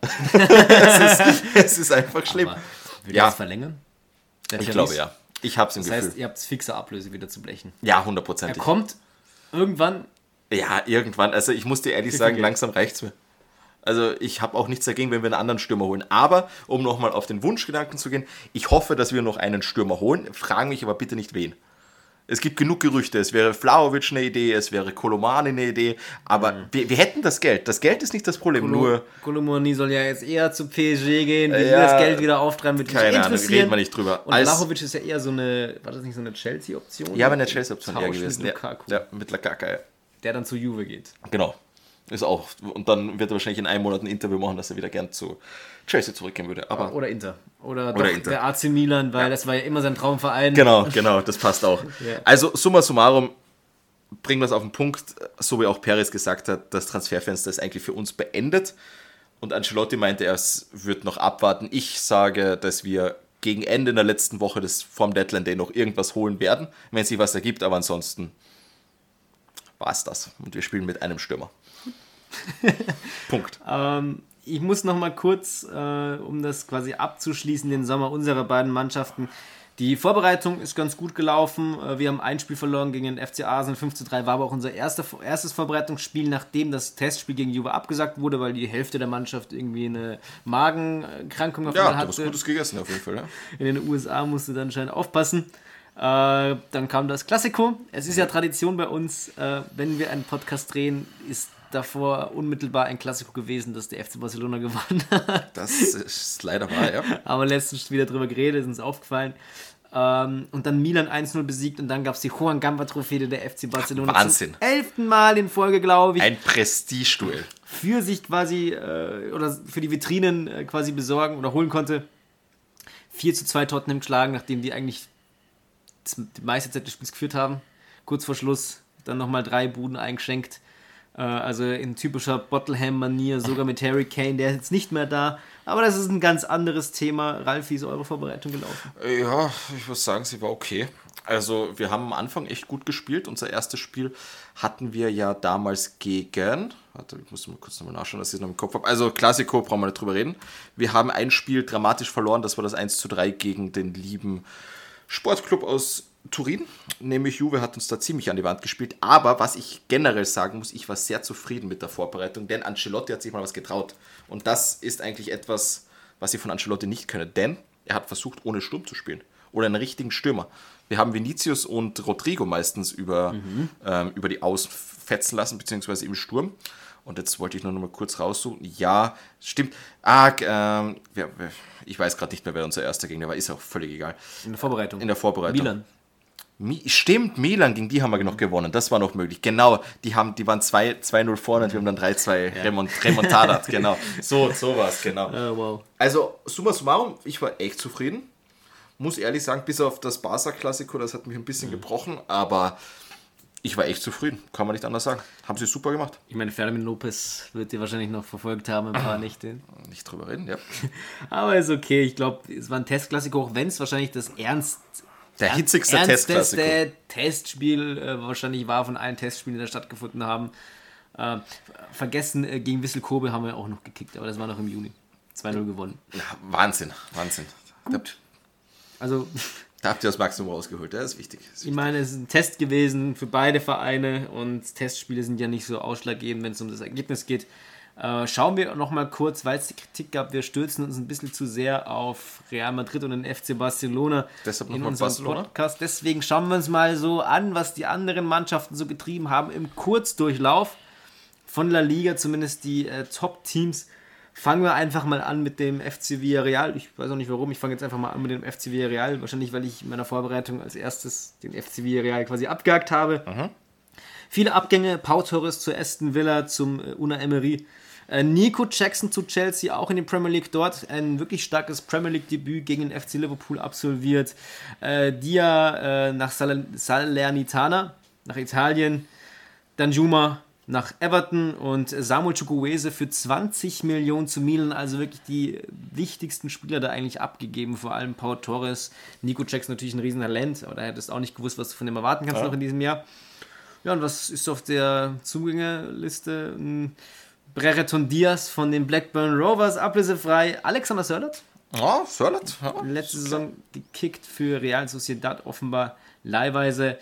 es ist einfach schlimm. Aber will er das verlängern? Ich glaube ja. Ich habe es im Gefühl. Das heißt, ihr habt fixe Ablöse wieder zu blechen. Ja, 100%. Er kommt irgendwann. Ja, irgendwann. Also ich muss dir ehrlich sagen, Geld? langsam reicht es mir. Also ich habe auch nichts dagegen, wenn wir einen anderen Stürmer holen. Aber, um nochmal auf den Wunschgedanken zu gehen, ich hoffe, dass wir noch einen Stürmer holen. Fragen mich aber bitte nicht wen. Es gibt genug Gerüchte. Es wäre Vlahovic eine Idee, es wäre Kolomani eine Idee. Aber wir hätten das Geld. Das Geld ist nicht das Problem. Kolomani soll ja jetzt eher zu PSG gehen. Wie wir das Geld wieder auftreiben, wird mich interessieren. Reden wir nicht drüber. Und Vlahovic ist ja eher so eine, war das nicht so eine Chelsea-Option? Ja, aber eine Chelsea-Option eher gewesen. Mit Lukaku. Ja, mit Lukaku, ja. Der dann zu Juve geht. Genau. Ist auch. Und dann wird er wahrscheinlich in einem Monat ein Interview machen, dass er wieder gern zu Chelsea zurückgehen würde. Aber oder Inter. Oder Inter. Der AC Milan, weil das war ja immer sein Traumverein. Genau, das passt auch. Yeah. Also summa summarum, bringen wir es auf den Punkt, so wie auch Perez gesagt hat, das Transferfenster ist eigentlich für uns beendet. Und Ancelotti meinte, er wird noch abwarten. Ich sage, dass wir gegen Ende in der letzten Woche vorm Deadline Day noch irgendwas holen werden, wenn sich was ergibt. Aber ansonsten war es das. Und wir spielen mit einem Stürmer. Punkt. Ich muss noch mal kurz, um das quasi abzuschließen, den Sommer unserer beiden Mannschaften. Die Vorbereitung ist ganz gut gelaufen. Wir haben ein Spiel verloren gegen den FC Arsenal, 5:3, war aber auch unser erstes Vorbereitungsspiel, nachdem das Testspiel gegen Juve abgesagt wurde, weil die Hälfte der Mannschaft irgendwie eine Magenkrankung hatte. Ja, du hast Gutes gegessen auf jeden Fall. Ja. In den USA musste dann anscheinend aufpassen. Dann kam das Klassiko. Es ist ja Tradition bei uns, wenn wir einen Podcast drehen, ist davor unmittelbar ein Klassiko gewesen, dass der FC Barcelona gewonnen hat. Das ist leider wahr, ja. Aber letztens wieder drüber geredet, ist uns aufgefallen. Und dann Milan 1-0 besiegt und dann gab es die Juan Gamba-Trophäe der FC Barcelona. Wahnsinn. Zum 11. Mal in Folge, glaube ich. Ein Prestigeduell. Für sich quasi, oder für die Vitrinen quasi besorgen oder holen konnte. 4:2 Tottenham geschlagen, nachdem die eigentlich die meiste Zeit des Spiels geführt haben. Kurz vor Schluss dann nochmal 3 Buden eingeschenkt. Also in typischer Bottleham-Manier, sogar mit Harry Kane, der ist jetzt nicht mehr da. Aber das ist ein ganz anderes Thema. Ralf, wie ist eure Vorbereitung gelaufen? Ja, ich muss sagen, sie war okay. Also wir haben am Anfang echt gut gespielt. Unser erstes Spiel hatten wir ja damals gegen... Warte, ich muss mal kurz nochmal nachschauen, dass ich es noch im Kopf habe. Also Klassiko, brauchen wir nicht drüber reden. Wir haben ein Spiel dramatisch verloren. Das war das 1:3 gegen den lieben Sportclub aus Turin, nämlich Juve hat uns da ziemlich an die Wand gespielt, aber was ich generell sagen muss, ich war sehr zufrieden mit der Vorbereitung, denn Ancelotti hat sich mal was getraut und das ist eigentlich etwas, was ich von Ancelotti nicht kenne, denn er hat versucht, ohne Sturm zu spielen oder einen richtigen Stürmer. Wir haben Vinicius und Rodrigo meistens über die Außen fetzen lassen, beziehungsweise im Sturm. Und jetzt wollte ich noch mal kurz raussuchen. Ja, stimmt. Ich weiß gerade nicht mehr, wer unser erster Gegner war. Ist auch völlig egal. In der Vorbereitung. Milan. Stimmt, Milan, gegen die haben wir noch gewonnen. Das war noch möglich. Genau, die waren 2-0 vorne und wir haben dann 3-2 remontadat. Genau, so war es, genau. Wow. Also, summa summarum, ich war echt zufrieden. Muss ehrlich sagen, bis auf das Barca-Klassiko, das hat mich ein bisschen gebrochen, aber ich war echt zufrieden, kann man nicht anders sagen. Haben sie super gemacht. Ich meine, Fermin Lopez wird ihr wahrscheinlich noch verfolgt haben, ein paar Nächte. Nicht drüber reden, ja. Aber ist okay, ich glaube, es war ein Testklassiko, auch wenn es wahrscheinlich das hitzigste Testspiel wahrscheinlich war von allen Testspielen, die da stattgefunden haben. Vergessen, gegen Vissel Kobe haben wir auch noch gekickt, aber das war noch im Juni. 2-0 gewonnen. Ja, Wahnsinn. Gut. Also, Da habt ihr das Maximum rausgeholt, das ist wichtig. ich meine, es ist ein Test gewesen für beide Vereine und Testspiele sind ja nicht so ausschlaggebend, wenn es um das Ergebnis geht. Schauen wir noch mal kurz, weil es die Kritik gab, wir stürzen uns ein bisschen zu sehr auf Real Madrid und den FC Barcelona Deshalb in nochmal unserem Barcelona. Podcast. Deswegen schauen wir uns mal so an, was die anderen Mannschaften so getrieben haben im Kurzdurchlauf von La Liga, zumindest die Top-Teams. Fangen wir einfach mal an mit dem FC Villarreal. Ich weiß auch nicht warum, ich fange jetzt einfach mal an mit dem FC Villarreal. Wahrscheinlich, weil ich in meiner Vorbereitung als erstes den FC Villarreal quasi abgehakt habe. Viele Abgänge, Pau Torres zu Aston Villa, zum Unai Emery. Nico Jackson zu Chelsea, auch in der Premier League dort. Ein wirklich starkes Premier League-Debüt gegen den FC Liverpool absolviert. Dia nach Salernitana, nach Italien. Danjuma nach Everton und Samuel Chukwueze für 20 Millionen zu Milan, also wirklich die wichtigsten Spieler da eigentlich abgegeben, vor allem Pau Torres. Nico Jackson natürlich ein Riesentalent, aber da hättest du auch nicht gewusst, was du von dem erwarten kannst noch in diesem Jahr. Ja, und was ist auf der Zugängerliste? Brereton Diaz von den Blackburn Rovers, ablösefrei. Alexander Sörloth, Ja, Sörloth. Ja. letzte Saison gekickt für Real Sociedad, offenbar leihweise.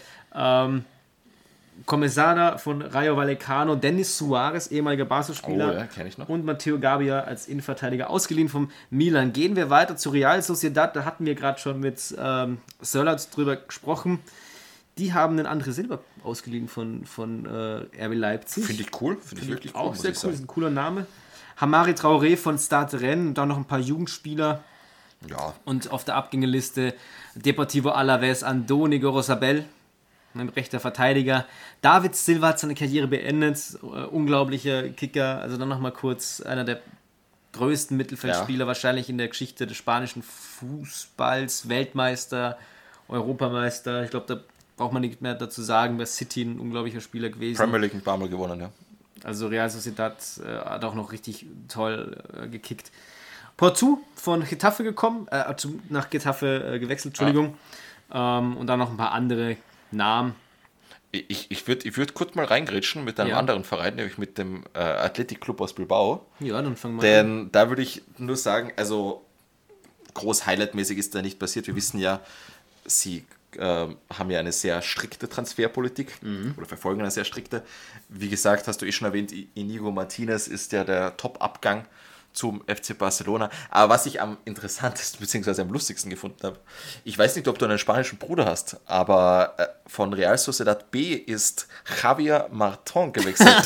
Commesada von Rayo Vallecano, Denis Suarez, ehemaliger Barca-Spieler, Oh ja, kenn ich noch. und Matteo Gabbia als Innenverteidiger, ausgeliehen vom Milan. Gehen wir weiter zu Real Sociedad, da hatten wir gerade schon mit Sörloth drüber gesprochen. Die haben einen André Silva ausgeliehen von RB Leipzig. Finde ich cool. Finde ich wirklich cool. Auch muss sehr ich cool, sagen. ist ein cooler Name. Hamari Traoré von Stade Rennes, und dann noch ein paar Jugendspieler. Ja, Und auf der Abgängeliste Deportivo Alavés, Andoni Gorosabel, ein rechter Verteidiger. David Silva hat seine Karriere beendet, unglaublicher Kicker, also dann nochmal kurz einer der größten Mittelfeldspieler wahrscheinlich in der Geschichte des spanischen Fußballs, Weltmeister, Europameister. Ich glaube, da braucht man nicht mehr dazu sagen, bei City ein unglaublicher Spieler gewesen. Premier League ein paar Mal gewonnen, ja. Also Real Sociedad hat auch noch richtig toll gekickt. Portu von Getafe gekommen, nach Getafe gewechselt, Entschuldigung. Und dann noch ein paar andere Namen. Ich würd kurz mal reingrätschen mit einem anderen Verein, nämlich mit dem Athletic Club aus Bilbao. Ja, dann fangen wir an. Denn da würde ich nur sagen, also groß highlightmäßig ist da nicht passiert. Wir wissen ja, sie haben ja eine sehr strikte Transferpolitik oder verfolgen eine sehr strikte. Wie gesagt, hast du schon erwähnt, Inigo Martinez ist ja der Top-Abgang zum FC Barcelona. Aber was ich am interessantesten bzw. am lustigsten gefunden habe, ich weiß nicht, ob du einen spanischen Bruder hast, aber von Real Sociedad B ist Javier Martin gewechselt.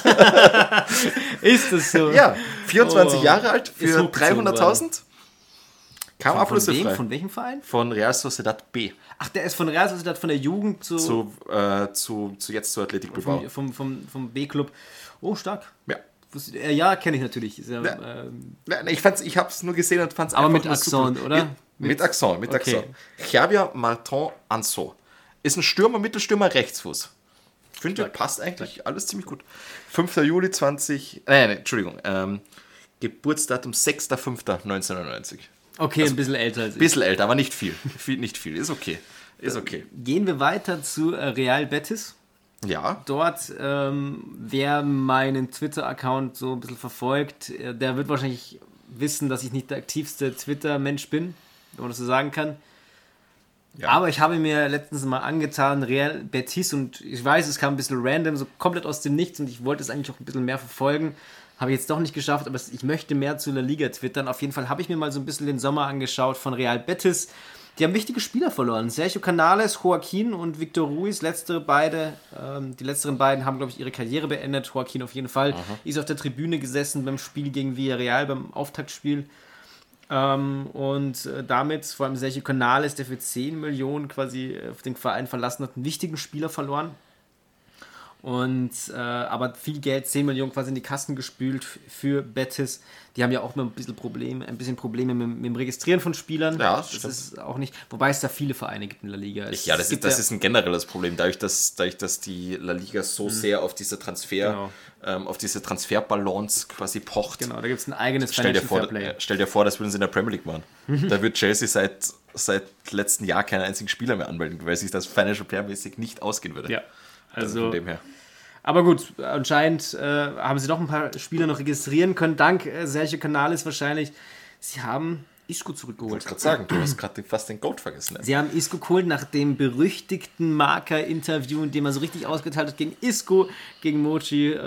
Ist das so? Ja, 24 Jahre alt Ist für hochgezogen 300.000. Kam Von ablösefrei. wem? Von welchem Verein? Von Real Sociedad B Ach, der ist von Real Sociedad, von der Jugend zu jetzt zu Athletic Bilbao. vom B-Club. Oh, stark. Ja. Ja, kenne ich natürlich. Ist ja, Ich habe es nur gesehen und fand es aber einfach mit nur Accent, super. oder? Ja, mit Accent, mit Okay. Accent. Javier Martin Anso ist ein Stürmer, Mittelstürmer, Rechtsfuß. Ich finde, passt eigentlich alles ziemlich gut. 5. Juli 20... Entschuldigung. Geburtsdatum 6.5.1999. okay, ein bisschen älter als ich. Bisschen älter, aber nicht viel. Nicht viel. Ist okay. Ist okay. Gehen wir weiter zu Real Betis. Ja. Dort, wer meinen Twitter-Account so ein bisschen verfolgt, der wird wahrscheinlich wissen, dass ich nicht der aktivste Twitter-Mensch bin, wenn man das so sagen kann. Ja. Aber ich habe mir letztens mal angetan, Real Betis, und ich weiß, es kam ein bisschen random, so komplett aus dem Nichts, und ich wollte es eigentlich auch ein bisschen mehr verfolgen. Habe ich jetzt doch nicht geschafft, aber ich möchte mehr zu La Liga twittern. Auf jeden Fall habe ich mir mal so ein bisschen den Sommer angeschaut von Real Betis. Die haben wichtige Spieler verloren. Sergio Canales, Joaquin und Victor Ruiz, die letzteren beiden haben, glaube ich, ihre Karriere beendet. Joaquin auf jeden Fall. Ist auf der Tribüne gesessen beim Spiel gegen Villarreal, beim Auftaktspiel. Und damit, vor allem Sergio Canales, der für 10 Millionen quasi auf den Verein verlassen hat, einen wichtigen Spieler verloren. Und aber viel Geld, 10 Millionen quasi in die Kassen gespült für Betis. Die haben ja auch immer ein bisschen Probleme mit dem Registrieren von Spielern. Ja, das stimmt. ist auch nicht, wobei es da viele Vereine gibt in La Liga. Das ist ein generelles Problem, dadurch, dass die La Liga so sehr auf diese auf diese Transferballons quasi pocht. Genau, da gibt es ein eigenes Stell dir Financial Fairplay. vor, das würden sie in der Premier League machen. Da wird Chelsea seit letztem Jahr keinen einzigen Spieler mehr anmelden, weil sich das Financial Fair-mäßig nicht ausgehen würde. Ja, Also von dem her. Aber gut, anscheinend haben sie doch ein paar Spieler noch registrieren können, dank Sergio Canales wahrscheinlich. Sie haben Isco Ich zurückgeholt. wollte gerade sagen, du hast gerade fast den Goat vergessen. Sie haben Isco geholt nach dem berüchtigten Marker-Interview, in dem er so richtig ausgeteilt hat gegen Isco, gegen Mochi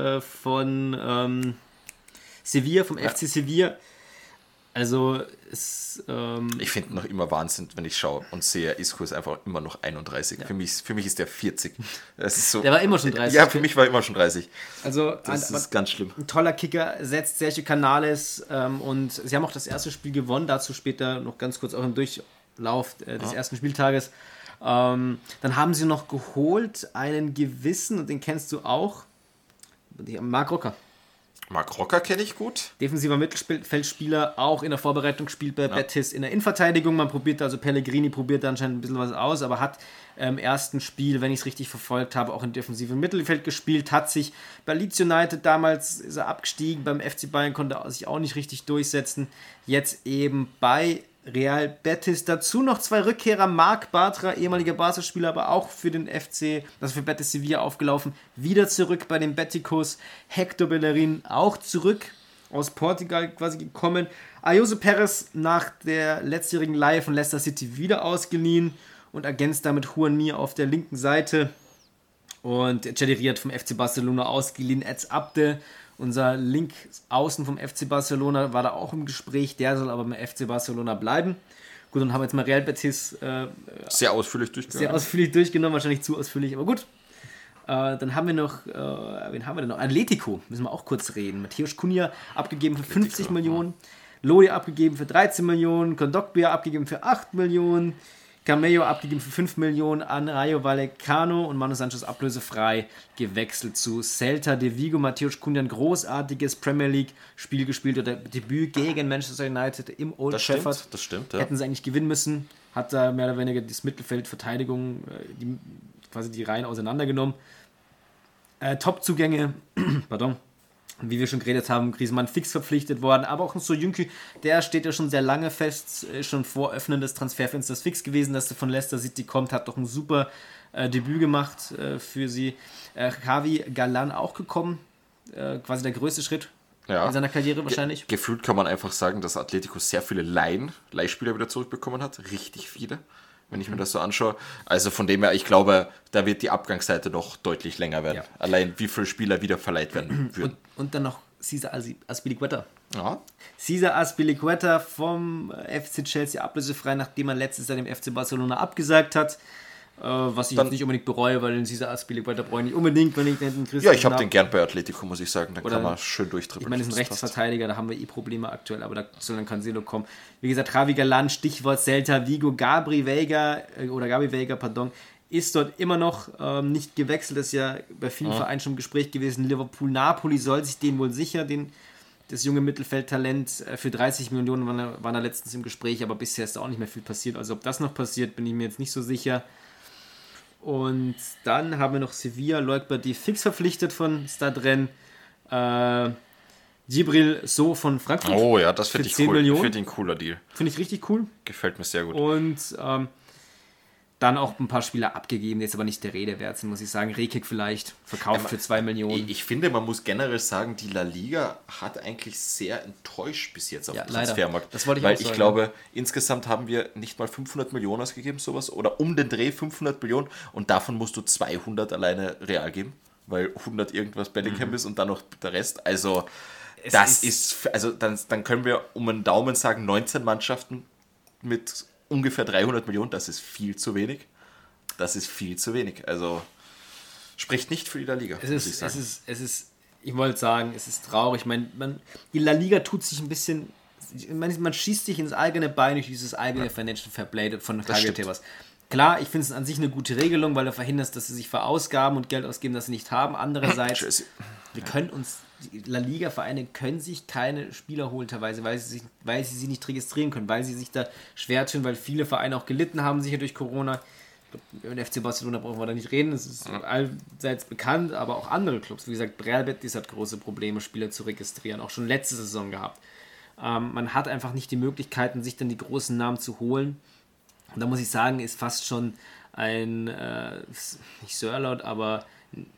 von Sevilla, vom FC Sevilla. Also Ich finde noch immer Wahnsinn, wenn ich schaue und sehe, Isco ist einfach immer noch 31. Ja. Für mich ist der 40. Das ist so, der war immer schon 30. Ja, für mich war er immer schon 30. Also das ist ganz schlimm. Ein toller Kicker, setzt Sergio Canales und sie haben auch das erste Spiel gewonnen, dazu später noch ganz kurz auch im Durchlauf des ersten Spieltages. Dann haben sie noch geholt einen gewissen, und den kennst du auch, Marc Roca. Marc Roca kenne ich gut. Defensiver Mittelfeldspieler, auch in der Vorbereitung spielt bei Betis in der Innenverteidigung. Man probiert, also Pellegrini probiert da anscheinend ein bisschen was aus, aber hat im ersten Spiel, wenn ich es richtig verfolgt habe, auch im defensiven Mittelfeld gespielt, hat sich bei Leeds United damals ist er abgestiegen, beim FC Bayern konnte er sich auch nicht richtig durchsetzen. Jetzt eben bei Real Betis. Dazu noch 2 Rückkehrer, Marc Bartra, ehemaliger Barca-Spieler, aber auch für den FC, also für Betis Sevilla aufgelaufen, wieder zurück bei den Beticos. Hector Bellerin auch zurück aus Portugal quasi gekommen. Ayoze Perez nach der letztjährigen Leihe von Leicester City wieder ausgeliehen und ergänzt damit Juan Mir auf der linken Seite. Und Cedi Riad vom FC Barcelona ausgeliehen. Eds Abde, unser Linksaußen vom FC Barcelona, war da auch im Gespräch. Der soll aber beim FC Barcelona bleiben. Gut, dann haben wir jetzt mal Real Betis sehr ausführlich durchgenommen. Wahrscheinlich zu ausführlich, aber gut. Dann haben wir noch, wen haben wir denn noch? Atletico, müssen wir auch kurz reden. Matthäus Cunha abgegeben für 50 Millionen. Lodi abgegeben für 13 Millionen. Kondogbia abgegeben für 8 Millionen. Camello abgegeben für 5 Millionen an Rayo Vallecano und Manu Sanchez ablösefrei gewechselt zu Celta de Vigo. Matthäus Cunha ein großartiges Premier League Spiel gespielt oder Debüt gegen Manchester United im Old Trafford. Das stimmt, ja. Hätten sie eigentlich gewinnen müssen. Hat da mehr oder weniger das Mittelfeld Verteidigung, quasi die Reihen auseinandergenommen. Top-Zugänge, pardon. Wie wir schon geredet haben, Griezmann fix verpflichtet worden, aber auch ein Soyuncu, der steht ja schon sehr lange fest, schon vor Öffnen des Transferfensters fix gewesen, dass er von Leicester City kommt, hat doch ein super Debüt gemacht für sie. Javi Galan auch gekommen, quasi der größte Schritt in seiner Karriere wahrscheinlich. Gefühlt kann man einfach sagen, dass Atletico sehr viele Leihspieler wieder zurückbekommen hat, richtig viele, wenn ich mir das so anschaue. Also von dem her, ich glaube, da wird die Abgangsseite noch deutlich länger werden. Ja. Allein wie viele Spieler wieder verleiht werden würden. Und dann noch Cesar Azpilicueta. Ja. Cesar Azpilicueta vom FC Chelsea ablösefrei, nachdem er letztes Jahr dem FC Barcelona abgesagt hat. Was ich jetzt nicht unbedingt bereue, weil den Cesar Azpilicueta brauche ich nicht unbedingt, wenn ich den Christian. Ja, ich habe den gern bei Atletico, muss ich sagen. Dann kann man schön durchtribbeln. Ich meine, das ist ein Rechtsverteidiger, da haben wir Probleme aktuell, aber da soll dann Cancelo kommen. Wie gesagt, Javi Galan, Stichwort Celta Vigo, Gabi Veiga, ist dort immer noch nicht gewechselt. Das ist ja bei vielen Vereinen schon im Gespräch gewesen. Liverpool, Napoli soll sich den wohl sicher, das junge Mittelfeldtalent, für 30 Millionen waren da letztens im Gespräch, aber bisher ist da auch nicht mehr viel passiert. Also ob das noch passiert, bin ich mir jetzt nicht so sicher. Und dann haben wir noch Sevilla, Loic Badi fix verpflichtet von Stade Rennes. Djibril So von Frankfurt. Oh ja, das finde ich cool. Millionen. Finde ich ein cooler Deal. Finde ich richtig cool. Gefällt mir sehr gut. Und dann auch ein paar Spieler abgegeben, die jetzt aber nicht der Rede wert sind, muss ich sagen. Rekik vielleicht, verkauft für 2 Millionen. Ich finde, man muss generell sagen, die La Liga hat eigentlich sehr enttäuscht bis jetzt auf dem Transfermarkt. Das wollte ich auch sagen. Weil ich glaube, insgesamt haben wir nicht mal 500 Millionen ausgegeben, sowas, oder um den Dreh 500 Millionen und davon musst du 200 alleine Real geben, weil 100 irgendwas Bellingham ist und dann noch der Rest. Also, dann können wir um einen Daumen sagen, 19 Mannschaften mit ungefähr 300 Millionen, das ist viel zu wenig. Das ist viel zu wenig. Also spricht nicht für die La Liga, muss ich sagen. Ich wollte sagen, es ist traurig. Die La Liga tut sich ein bisschen, man schießt sich ins eigene Bein durch dieses eigene Financial Fairplay von Tagetebas. Klar, ich finde es an sich eine gute Regelung, weil du verhinderst, dass sie sich verausgaben und Geld ausgeben, das sie nicht haben. Andererseits, die La Liga-Vereine können sich keine Spieler holen teilweise, weil sie sie nicht registrieren können, weil sie sich da schwer tun, weil viele Vereine auch gelitten haben, sicher durch Corona. Über den FC Barcelona brauchen wir da nicht reden, das ist allseits bekannt, aber auch andere Clubs. Wie gesagt, Real Betis hat große Probleme, Spieler zu registrieren, auch schon letzte Saison gehabt. Man hat einfach nicht die Möglichkeiten, sich dann die großen Namen zu holen. Und da muss ich sagen, ist fast schon ein, nicht Sörlaut, aber...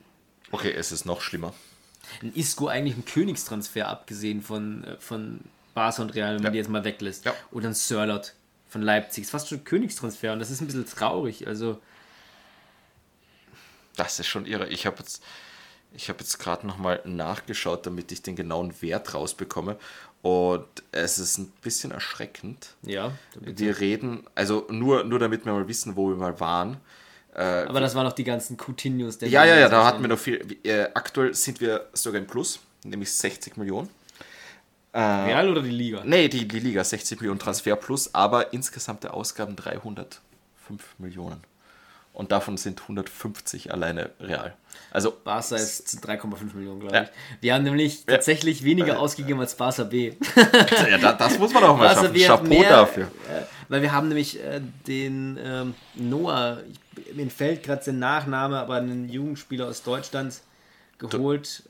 Okay, es ist noch schlimmer. Ein Isco eigentlich ein Königstransfer, abgesehen von Barca und Real, wenn man die jetzt mal weglässt. Ja. Oder ein Sörloth von Leipzig. Ist fast schon ein Königstransfer und das ist ein bisschen traurig. Also Das ist schon irre. Ich habe jetzt gerade nochmal nachgeschaut, damit ich den genauen Wert rausbekomme. Und es ist ein bisschen erschreckend. ja. Wir reden, also nur damit wir mal wissen, wo wir mal waren. Aber das waren noch die ganzen Coutinhos. Ja, da hatten wir noch viel. Aktuell sind wir sogar im Plus, nämlich 60 Millionen. Real oder die Liga? Nee, die Liga, 60 Millionen Transfer plus, aber insgesamte Ausgaben 305 Millionen. Und davon sind 150 alleine real. Also Barca ist 3,5 Millionen, glaube ich. Wir haben nämlich tatsächlich weniger ausgegeben als Barca B. das muss man auch mal Barca schaffen. B hat Chapeau mehr, dafür. Weil wir haben nämlich den Noah, mir entfällt gerade sein Nachname, aber einen Jugendspieler aus Deutschland geholt.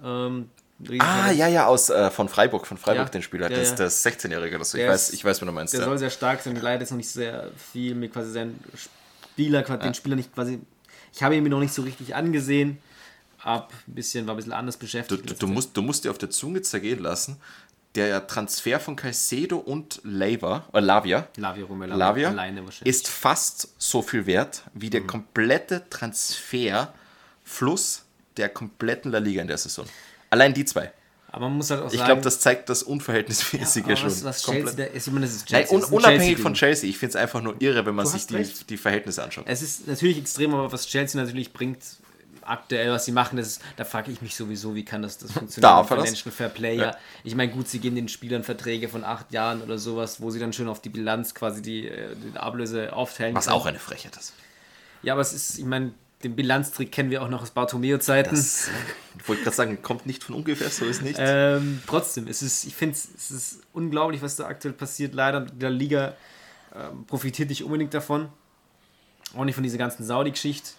Von Freiburg, Ja, den Spieler. ja, Das ja. ist der 16-Jährige oder so. Der Ich weiß, wen du meinst. Der Ja. soll sehr stark sein, leider ist noch nicht sehr viel, mir quasi sein Spieler, den Spieler nicht quasi, ich habe ihn mir noch nicht so richtig angesehen, war ein bisschen anders beschäftigt. Du musst dir auf der Zunge zergehen lassen, der Transfer von Caicedo und Lavia Lavia alleine wahrscheinlich. ist fast so viel wert wie der komplette Transferfluss der kompletten La Liga in der Saison. Allein die zwei. Aber man muss halt auch sagen... Ich glaube, das zeigt das Unverhältnismäßige schon. Was Chelsea da ist, ich meine, das ist Nein, Chelsea. Das ist ein unabhängig Chelsea-Ding. von Chelsea. Ich finde es einfach nur irre, wenn man Du sich hast recht. die Verhältnisse anschaut. Es ist natürlich extrem, aber was Chelsea natürlich bringt, aktuell, was sie machen, da frage ich mich sowieso, wie kann das funktionieren? Darf er das? Financial Fair Play, ja. Ich meine, gut, sie geben den Spielern Verträge von 8 Jahren oder sowas, wo sie dann schön auf die Bilanz quasi die Ablöse aufteilen Was können. auch eine Frechheit ist. Ja, aber es ist, ich meine, den Bilanztrick kennen wir auch noch aus Bartomeu-Zeiten. Ich wollte gerade sagen, kommt nicht von ungefähr, so ist nicht. Trotzdem, ich finde es ist unglaublich, was da aktuell passiert. Leider, der Liga profitiert nicht unbedingt davon. Auch nicht von dieser ganzen Saudi-Geschichte.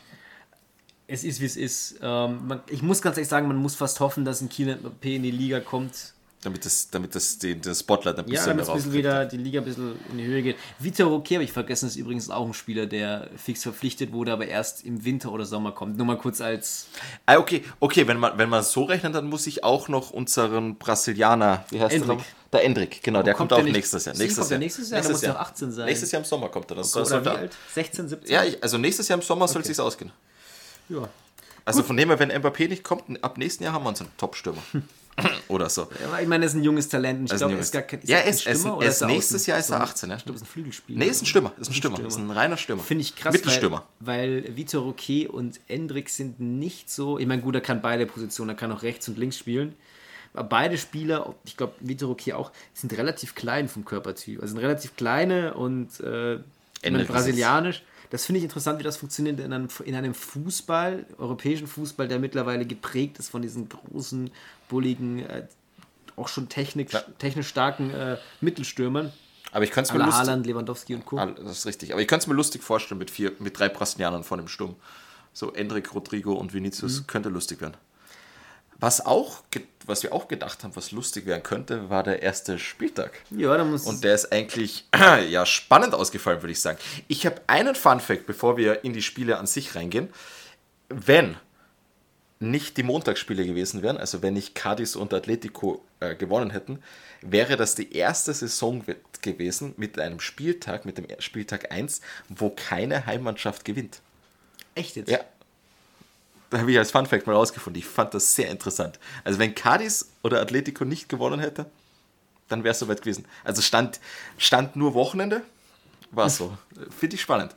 Es ist, wie es ist. Ich muss ganz ehrlich sagen, man muss fast hoffen, dass ein Kylian Mbappé in die Liga kommt. Damit das Spotlight ein bisschen damit es darauf ein bisschen wieder die Liga ein bisschen in die Höhe geht. Vitor Roque, habe ich vergessen, ist übrigens auch ein Spieler, der fix verpflichtet wurde, aber erst im Winter oder Sommer kommt. Nur mal kurz als... Okay, wenn man so rechnet, dann muss ich auch noch unseren Brasilianer, wie heißt Endrick. der? Der Endrick, genau, der kommt auch nächstes Jahr. Kommt der nächstes Jahr? Der muss doch 18 sein. Nächstes Jahr im Sommer kommt er. Das Oder wie alt? 16, 17? Ja, also nächstes Jahr im Sommer soll es sich ausgehen. Ja. Also von dem her, wenn Mbappé nicht kommt, ab nächsten Jahr haben wir uns einen Top-Stürmer. Oder so. Ja, ich meine, er ist ein junges Talent. Und ich glaube, er ist gar kein nächstes Jahr ist er 18, ja. Ich glaube, er ist ein Flügelspieler. Nee, ist ein Stürmer. Ist ein reiner Stürmer. Finde ich krass, Mittelstürmer. weil Vitor Roque und Endrick sind nicht so... Ich meine, gut, er kann beide Positionen. Er kann auch rechts und links spielen. Aber beide Spieler, ich glaube, Vitor Roque auch, sind relativ klein vom Körpertyp. Also sind relativ kleine und brasilianisch. Das finde ich interessant, wie das funktioniert in einem Fußball, europäischen Fußball, der mittlerweile geprägt ist von diesen großen, bulligen, auch schon technisch starken Mittelstürmern. Aber ich könnte es mir lustig... Haaland, Lewandowski und Co. Das ist richtig. Aber ich könnte es mir lustig vorstellen mit 3 Brasilianern vor dem Sturm. So Endrick, Rodrigo und Vinicius könnte lustig werden. Was wir auch gedacht haben, was lustig werden könnte, war der erste Spieltag. Ja, da muss... Und der ist eigentlich spannend ausgefallen, würde ich sagen. Ich habe einen Fun-Fact, bevor wir in die Spiele an sich reingehen. Wenn nicht die Montagsspiele gewesen wären, also wenn nicht Cádiz und Atletico gewonnen hätten, wäre das die erste Saison gewesen mit einem Spieltag, mit dem Spieltag 1, wo keine Heimmannschaft gewinnt. Echt jetzt? Ja. Da habe ich als Funfact mal rausgefunden. Ich fand das sehr interessant. Also wenn Cádiz oder Atletico nicht gewonnen hätte, dann wäre es soweit gewesen. Also stand nur Wochenende, war es so. Finde ich spannend.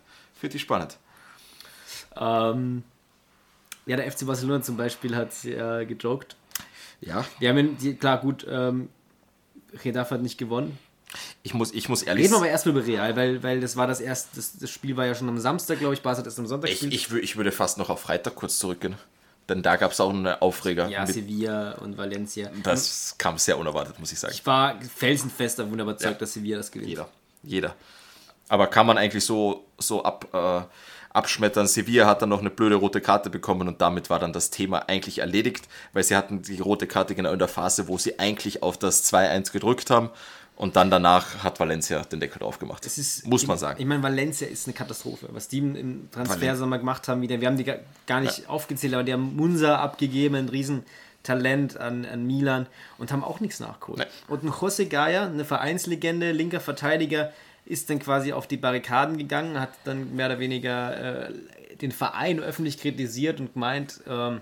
Ja, der FC Barcelona zum Beispiel hat gejoked. Ja. Die haben klar, gut, Getafe hat nicht gewonnen. Ich muss ehrlich Reden wir aber erstmal über Real, weil das war das Spiel war ja schon am Samstag, glaube ich, Barca hat erst am Sonntag gespielt. Ich würde fast noch auf Freitag kurz zurückgehen. Denn da gab es auch einen Aufreger. Ja, Sevilla und Valencia. Das kam sehr unerwartet, muss ich sagen. Ich war felsenfest davon überzeugt, dass Sevilla das gewinnt. Jeder. Aber kann man eigentlich so abschmettern. Sevilla hat dann noch eine blöde rote Karte bekommen und damit war dann das Thema eigentlich erledigt, weil sie hatten die rote Karte genau in der Phase, wo sie eigentlich auf das 2-1 gedrückt haben. Und dann danach hat Valencia den Deckel drauf gemacht. Muss man sagen. Ich meine, Valencia ist eine Katastrophe. Was die im Transfersommer gemacht haben, wir haben die gar nicht aufgezählt, aber die haben Munza abgegeben, einen riesen Talent an Milan und haben auch nichts nachgeholt. Nee. Und ein José Gaya, eine Vereinslegende, linker Verteidiger, ist dann quasi auf die Barrikaden gegangen, hat dann mehr oder weniger den Verein öffentlich kritisiert und gemeint,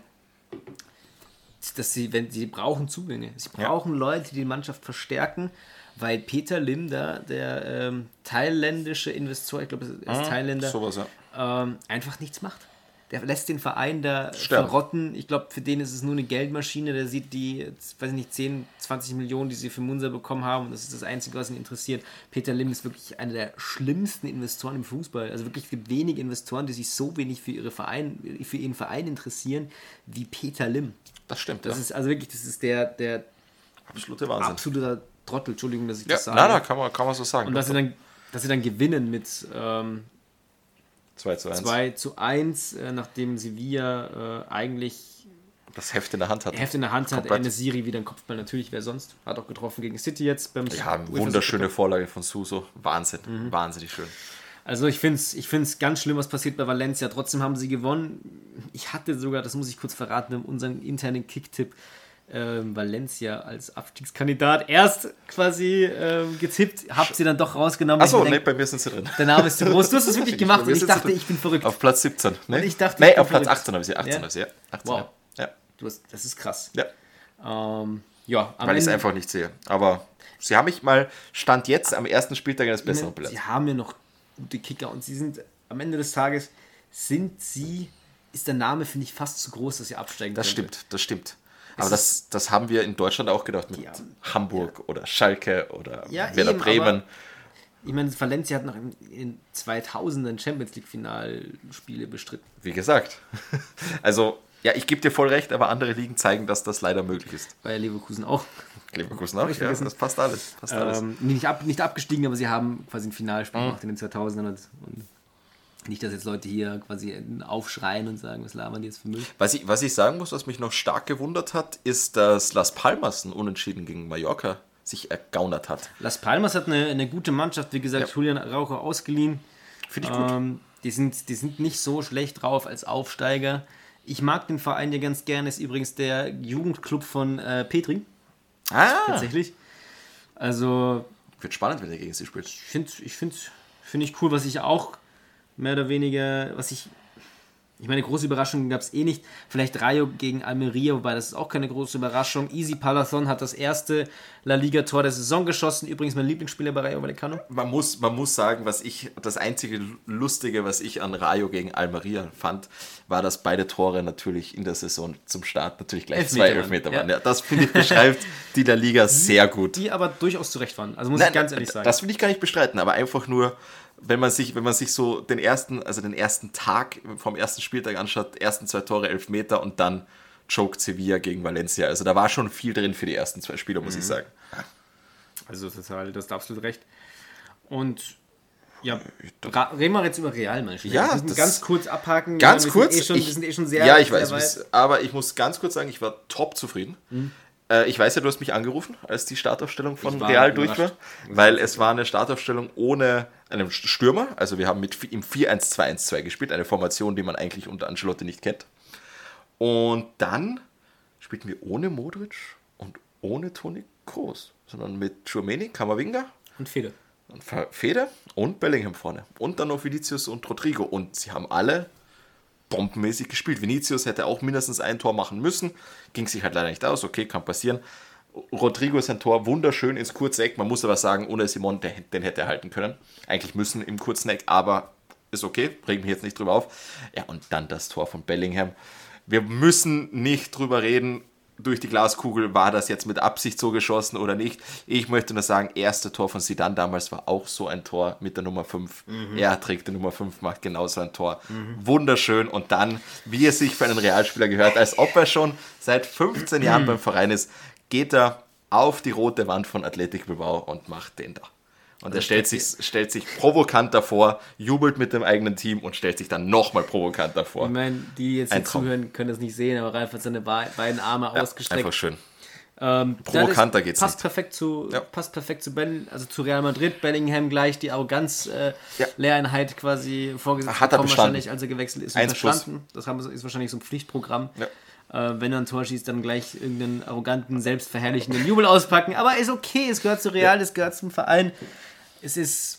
dass sie brauchen Zugänge. Sie brauchen Leute, die die Mannschaft verstärken, weil Peter Lim, der thailändische Investor, ich glaube, er ist Thailänder, sowas, einfach nichts macht. Der lässt den Verein da Sterben. verrotten. Ich glaube, für den ist es nur eine Geldmaschine. Der sieht die, weiß ich nicht, 10, 20 Millionen, die sie für Munzer bekommen haben. Und das ist das Einzige, was ihn interessiert. Peter Lim ist wirklich einer der schlimmsten Investoren im Fußball. Also wirklich, es gibt wenige Investoren, die sich so wenig für ihren Verein interessieren, wie Peter Lim. Das stimmt, Das ist also wirklich, das ist der absolute Wahnsinn. absoluter Trottel. Entschuldigung, dass ich das sage. Nein, kann man so sagen. Und dass sie dann gewinnen mit 2:1. 2:1, nachdem Sevilla eigentlich Das Heft in der Hand hat. hat, Enesiri wieder ein Kopfball, natürlich, wer sonst. Hat auch getroffen gegen City jetzt. Ja, wunderschöne Vorlage von Suso. Wahnsinn, wahnsinnig schön. Also ich find's ganz schlimm, was passiert bei Valencia. Trotzdem haben sie gewonnen. Ich hatte sogar, das muss ich kurz verraten, in unserem internen Kicktipp Valencia als Abstiegskandidat erst quasi getippt, habt sie dann doch rausgenommen. Achso, nee, bei mir sind sie drin. Der Name ist zu groß. Du hast es wirklich gemacht und ich dachte, ich bin verrückt. Auf Platz 17. Und ich dachte, ich bin auf Platz verrückt. 18 habe ich sie. 18 habe ich sie, ja. 18, Wow. ja. Das ist krass. Ja. Ja, Weil ich es einfach nicht sehe. Aber sie haben mich mal, Stand jetzt, am ersten Spieltag eines Besseren belehrt. Sie haben ja noch gute Kicker und sie sind am Ende des Tages, ist der Name, finde ich, fast zu groß, dass sie absteigen Das könnte. stimmt. Aber das haben wir in Deutschland auch gedacht mit Hamburg oder Schalke oder Werder Bremen. Ich meine, Valencia hat noch in 2000 Champions League Finalspiele bestritten. Wie gesagt. Also, ja, ich gebe dir voll recht, aber andere Ligen zeigen, dass das leider möglich ist. Bei Leverkusen auch. Leverkusen auch, ja, das passt alles. Nicht abgestiegen, aber sie haben quasi ein Finalspiel gemacht in den 2000ern. Und nicht, dass jetzt Leute hier quasi aufschreien und sagen, was labern die jetzt für Müll. Was ich sagen muss, was mich noch stark gewundert hat, ist, dass Las Palmas ein Unentschieden gegen Mallorca sich ergaunert hat. Las Palmas hat eine gute Mannschaft, wie gesagt, Julian Araujo ausgeliehen. Finde ich gut. Die sind nicht so schlecht drauf als Aufsteiger. Ich mag den Verein ja ganz gerne, ist übrigens der Jugendclub von Petri. Tatsächlich. Also. Wird spannend, wenn er gegen sie spielt. Ich finde ich cool, was ich auch mehr oder weniger, ich meine, große Überraschungen gab es eh nicht. Vielleicht Rayo gegen Almeria, wobei das ist auch keine große Überraschung. Easy Palathon hat das erste La Liga-Tor der Saison geschossen. Übrigens mein Lieblingsspieler bei Rayo Vallecano. Man muss sagen, das einzige Lustige, was ich an Rayo gegen Almeria fand, war, dass beide Tore natürlich in der Saison zum Start natürlich gleich zwei Elfmeter waren. Ja, das, finde ich, beschreibt die La Liga sehr gut. Die aber durchaus zurecht waren. Also muss ich ganz ehrlich sagen. Das will ich gar nicht bestreiten, aber einfach nur, wenn man sich so den ersten Tag vom ersten Spieltag anschaut, ersten 2 Tore, Elfmeter und dann choked Sevilla gegen Valencia. Also da war schon viel drin für die ersten 2 Spieler, muss ich sagen. Also total, das ist absolut recht. Und ja, reden wir jetzt über Real, mein Spieler. Ja, wir müssen ganz kurz abhaken. Ganz wir kurz. Wir sind eh schon sehr Ja, ich weiß, sehr weit. aber ich muss ganz kurz sagen, ich war top zufrieden. Ich weiß ja, du hast mich angerufen, als die Startaufstellung von Real durch war, weil es war eine Startaufstellung ohne einen Stürmer. Also wir haben im 4-1-2-1-2 gespielt, eine Formation, die man eigentlich unter Ancelotti nicht kennt. Und dann spielten wir ohne Modric und ohne Toni Kroos, sondern mit Tchouaméni, Camavinga und Fede und Bellingham vorne. Und dann noch Vinicius und Rodrigo. Und sie haben alle bombenmäßig gespielt. Vinicius hätte auch mindestens ein Tor machen müssen. Ging sich halt leider nicht aus. Okay, kann passieren. Rodrigo ist ein Tor wunderschön ins kurze Eck. Man muss aber sagen, ohne Simon, den hätte er halten können. Eigentlich müssen im kurzen Eck, aber ist okay. Regen mich jetzt nicht drüber auf. Ja, und dann das Tor von Bellingham. Wir müssen nicht drüber reden, durch die Glaskugel, war das jetzt mit Absicht so geschossen oder nicht. Ich möchte nur sagen, erste Tor von Zidane damals war auch so ein Tor mit der Nummer 5. Er trägt die Nummer 5, macht genauso ein Tor. Wunderschön. Und dann, wie es sich für einen Realspieler gehört, als ob er schon seit 15 Jahren beim Verein ist, geht er auf die rote Wand von Athletic Bilbao und macht den da. Und er stellt sich provokant davor, jubelt mit dem eigenen Team und stellt sich dann nochmal provokant davor. Ich meine, die jetzt hier zuhören, können das nicht sehen, aber Ralf hat seine beiden Arme ausgestreckt. Einfach schön. Provokanter geht's passt nicht. Passt perfekt zu zu Real Madrid. Bellingham gleich die Arroganz, Lehreinheit quasi vorgesetzt Hat er bekommen, bestanden. wahrscheinlich, als er gewechselt ist. 1+. Verstanden. Das ist wahrscheinlich so ein Pflichtprogramm. Ja. Wenn er ein Tor schießt, dann gleich irgendeinen arroganten, selbstverherrlichenden Jubel auspacken. Aber ist okay, es gehört zu Real, es gehört zum Verein. Es ist...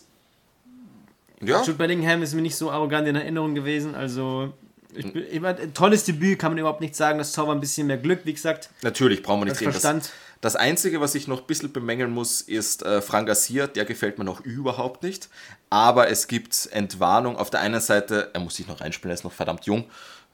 Jude Bellingham ist mir nicht so arrogant in Erinnerung gewesen, also... ein tolles Debüt, kann man überhaupt nicht sagen. Das Tor war ein bisschen mehr Glück, wie gesagt. Natürlich, brauchen wir nicht reden. Das Das Einzige, was ich noch ein bisschen bemängeln muss, ist Fran Garcia. Der gefällt mir noch überhaupt nicht. Aber es gibt Entwarnung. Auf der einen Seite, er muss sich noch reinspielen, er ist noch verdammt jung.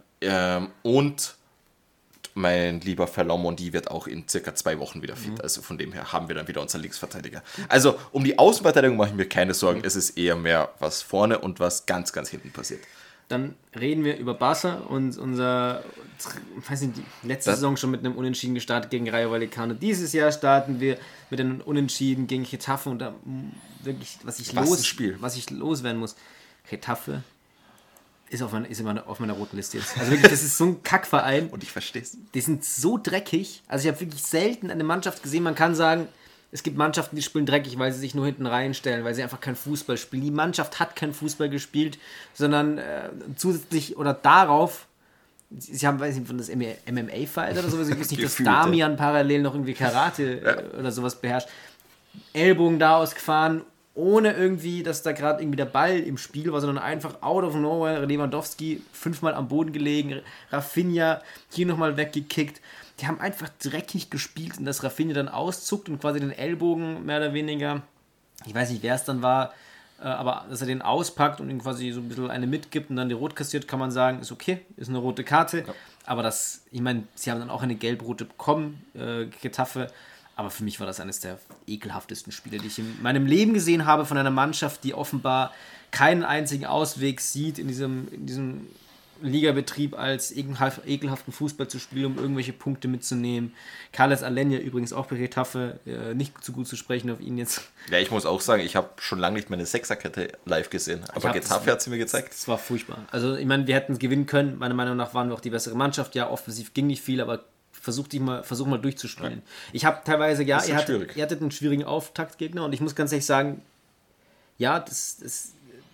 Und mein lieber Ferland Mendy wird auch in circa 2 Wochen wieder fit. Also von dem her haben wir dann wieder unseren Linksverteidiger. Also um die Außenverteidigung mache ich mir keine Sorgen. Es ist eher mehr was vorne und was ganz, ganz hinten passiert. Dann reden wir über Barca und unser, weiß nicht, die letzte Saison schon mit einem Unentschieden gestartet gegen Rayo Vallecano. Dieses Jahr starten wir mit einem Unentschieden gegen Getafe und da wirklich, was ich loswerden muss. Getafe ist immer auf meiner roten Liste jetzt. Also wirklich, das ist so ein Kackverein. Und ich verstehe es. Die sind so dreckig. Also ich habe wirklich selten eine Mannschaft gesehen, man kann sagen, es gibt Mannschaften, die spielen dreckig, weil sie sich nur hinten reinstellen, weil sie einfach kein Fußball spielen. Die Mannschaft hat kein Fußball gespielt, sondern zusätzlich oder darauf, sie haben, weiß nicht, von das MMA-Fight oder sowas, ich weiß nicht, dass Damian parallel noch irgendwie Karate oder sowas beherrscht. Ellbogen da ausgefahren, ohne irgendwie, dass da gerade irgendwie der Ball im Spiel war, sondern einfach out of nowhere, Lewandowski 5-mal am Boden gelegen, Rafinha hier nochmal weggekickt. Die haben einfach dreckig gespielt und dass Rafinha dann auszuckt und quasi den Ellbogen mehr oder weniger, ich weiß nicht, wer es dann war, aber dass er den auspackt und ihm quasi so ein bisschen eine mitgibt und dann die rot kassiert, kann man sagen, ist okay, ist eine rote Karte. Ja. Aber das, ich meine, sie haben dann auch eine gelb-rote bekommen, Getafe, aber für mich war das eines der ekelhaftesten Spiele, die ich in meinem Leben gesehen habe von einer Mannschaft, die offenbar keinen einzigen Ausweg sieht in diesem Ligabetrieb als ekelhaften Fußball zu spielen, um irgendwelche Punkte mitzunehmen. Carles Alenya übrigens auch bei Getafe, nicht zu gut zu sprechen auf ihn jetzt. Ja, ich muss auch sagen, ich habe schon lange nicht meine Sechserkette live gesehen, aber Getafe hat sie mir gezeigt. Das war furchtbar. Also ich meine, wir hätten es gewinnen können, meiner Meinung nach waren wir auch die bessere Mannschaft, ja, offensiv ging nicht viel, aber versuch mal durchzuspielen. Ja. Ich habe teilweise, ihr hattet einen schwierigen Auftaktgegner und ich muss ganz ehrlich sagen, ja, das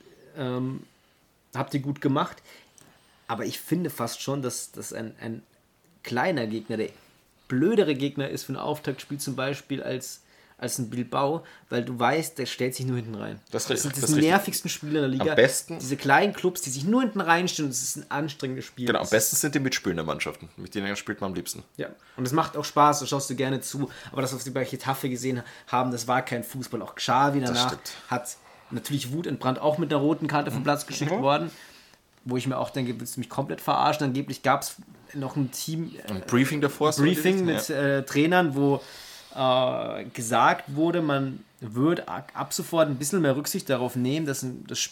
habt ihr gut gemacht. Aber ich finde fast schon, dass das ein kleiner Gegner, der blödere Gegner ist für ein Auftaktspiel zum Beispiel als ein Bilbao, weil du weißt, der stellt sich nur hinten rein. Das sind die nervigsten Spiele in der Liga. Am besten, diese kleinen Clubs, die sich nur hinten reinstellen, und es ist ein anstrengendes Spiel. Genau, am besten sind die mitspielenden Mannschaften. Mit denen spielt man am liebsten. Ja, und es macht auch Spaß, da schaust du gerne zu. Aber das, was wir bei Getafe gesehen haben, das war kein Fußball. Auch Xavi danach hat natürlich wutentbrannt auch mit einer roten Karte vom Platz geschickt worden. Wo ich mir auch denke, willst du mich komplett verarschen? Angeblich gab es noch ein Briefing davor. Mit Trainern, wo gesagt wurde, man wird ab sofort ein bisschen mehr Rücksicht darauf nehmen, dass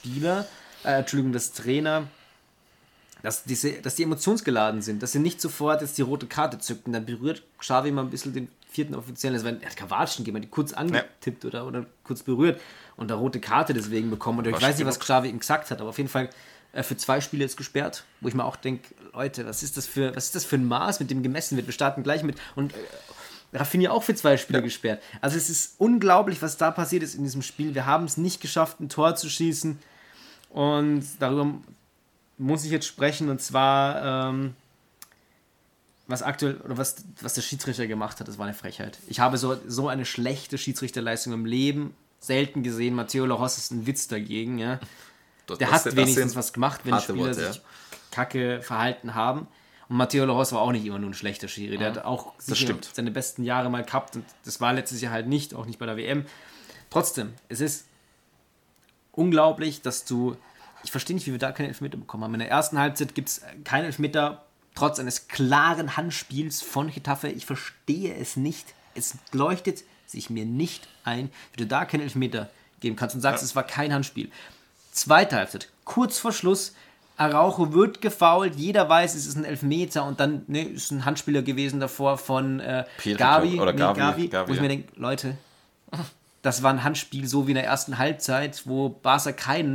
Trainer, dass die emotionsgeladen sind, dass sie nicht sofort jetzt die rote Karte zücken. Dann berührt Xavi mal ein bisschen den 4. Offiziellen, also er hat Kawatschen gegeben, die kurz angetippt oder kurz berührt und eine rote Karte deswegen bekommen. Und ich weiß nicht, was Xavi ihm gesagt hat, aber auf jeden Fall für 2 Spiele jetzt gesperrt, wo ich mir auch denke, Leute, was ist das für ein Maß, mit dem gemessen wird? Wir starten gleich mit und Rafinha auch für 2 Spiele gesperrt. Also es ist unglaublich, was da passiert ist in diesem Spiel. Wir haben es nicht geschafft, ein Tor zu schießen und darüber muss ich jetzt sprechen und zwar was der Schiedsrichter gemacht hat, das war eine Frechheit. Ich habe so eine schlechte Schiedsrichterleistung im Leben selten gesehen. Matteo Lahoz ist ein Witz dagegen, ja. Der hat wenigstens was gemacht, wenn Spieler sich kacke verhalten haben. Und Matteo Lahoz war auch nicht immer nur ein schlechter Schiri. Der hat auch seine besten Jahre mal gehabt und das war letztes Jahr halt nicht, auch nicht bei der WM. Trotzdem, es ist unglaublich, ich verstehe nicht, wie wir da keinen Elfmeter bekommen haben. In der ersten Halbzeit gibt es keinen Elfmeter, trotz eines klaren Handspiels von Getafe. Ich verstehe es nicht. Es leuchtet sich mir nicht ein, wie du da keinen Elfmeter geben kannst und sagst, es war kein Handspiel. Zweite Halbzeit, kurz vor Schluss, Araujo wird gefoult, jeder weiß, es ist ein Elfmeter und dann ist ein Handspieler gewesen davor von Gavi, wo ich mir denke, Leute, das war ein Handspiel so wie in der ersten Halbzeit, wo Barca keinen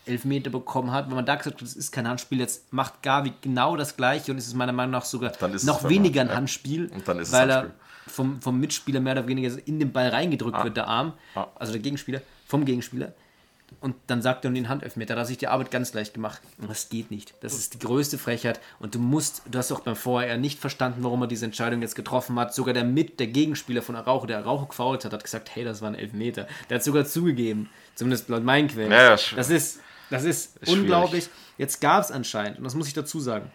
Elfmeter bekommen hat, wenn man da gesagt hat, das ist kein Handspiel, jetzt macht Gavi genau das Gleiche und es ist meiner Meinung nach sogar noch weniger ein Handspiel, und dann ist weil es Handspiel. er vom Mitspieler mehr oder weniger in den Ball reingedrückt wird, der Arm, also der Gegenspieler, vom Gegenspieler. Und dann sagt er um den Handelfmeter, da hat sich die Arbeit ganz leicht gemacht. Und das geht nicht. Das ist die größte Frechheit. Und du hast auch beim VAR nicht verstanden, warum er diese Entscheidung jetzt getroffen hat. Sogar der Gegenspieler von Araujo, der Araujo gefoult hat gesagt, hey, das war ein Elfmeter. Der hat sogar zugegeben, zumindest laut meinen Quellen. Ja, das ist unglaublich. Schwierig. Jetzt gab es anscheinend, und das muss ich dazu sagen,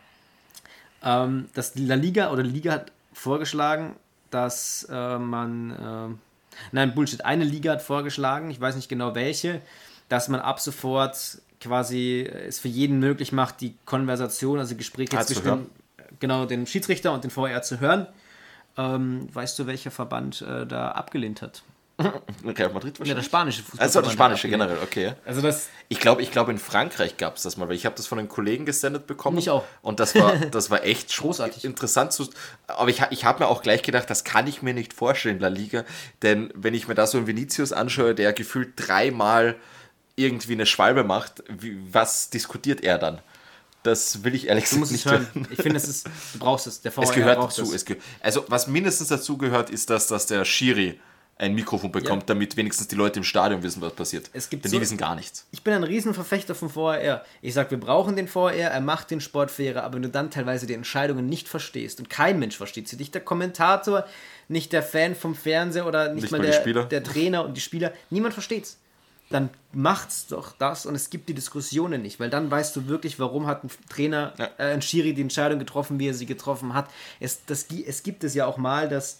dass die Liga hat vorgeschlagen, dass eine Liga hat vorgeschlagen, ich weiß nicht genau welche, dass man ab sofort quasi es für jeden möglich macht, die Konversation, also Gespräche zwischen dem Schiedsrichter und dem VAR zu hören. Weißt du, welcher Verband da abgelehnt hat? Real Madrid wahrscheinlich? Ja, der spanische Fußball. Also der spanische generell, okay. Also das Ich glaube, in Frankreich gab es das mal, weil ich habe das von einem Kollegen gesendet bekommen. Ich auch. Und das war echt Großartig. Interessant. Aber ich habe mir auch gleich gedacht, das kann ich mir nicht vorstellen in La Liga. Denn wenn ich mir da so einen Vinicius anschaue, der gefühlt 3-mal irgendwie eine Schwalbe macht, was diskutiert er dann? Das will ich ehrlich gesagt nicht hören. Ich finde, du brauchst es. Der VAR es gehört braucht dazu. es. Also was mindestens dazu gehört, ist, dass der Schiri ein Mikrofon bekommt, damit wenigstens die Leute im Stadion wissen, was passiert. Denn die wissen gar nichts. Ich bin ein Riesenverfechter vom VAR. Ich sage, wir brauchen den VAR, er macht den Sport fairer, aber wenn du dann teilweise die Entscheidungen nicht verstehst und kein Mensch versteht sie, nicht der Kommentator, nicht der Fan vom Fernseher oder nicht mal der Trainer und die Spieler, niemand versteht's. Dann macht's doch das und es gibt die Diskussionen nicht, weil dann weißt du wirklich, warum hat ein Trainer, ein Schiri die Entscheidung getroffen, wie er sie getroffen hat. Es gibt es ja auch mal, dass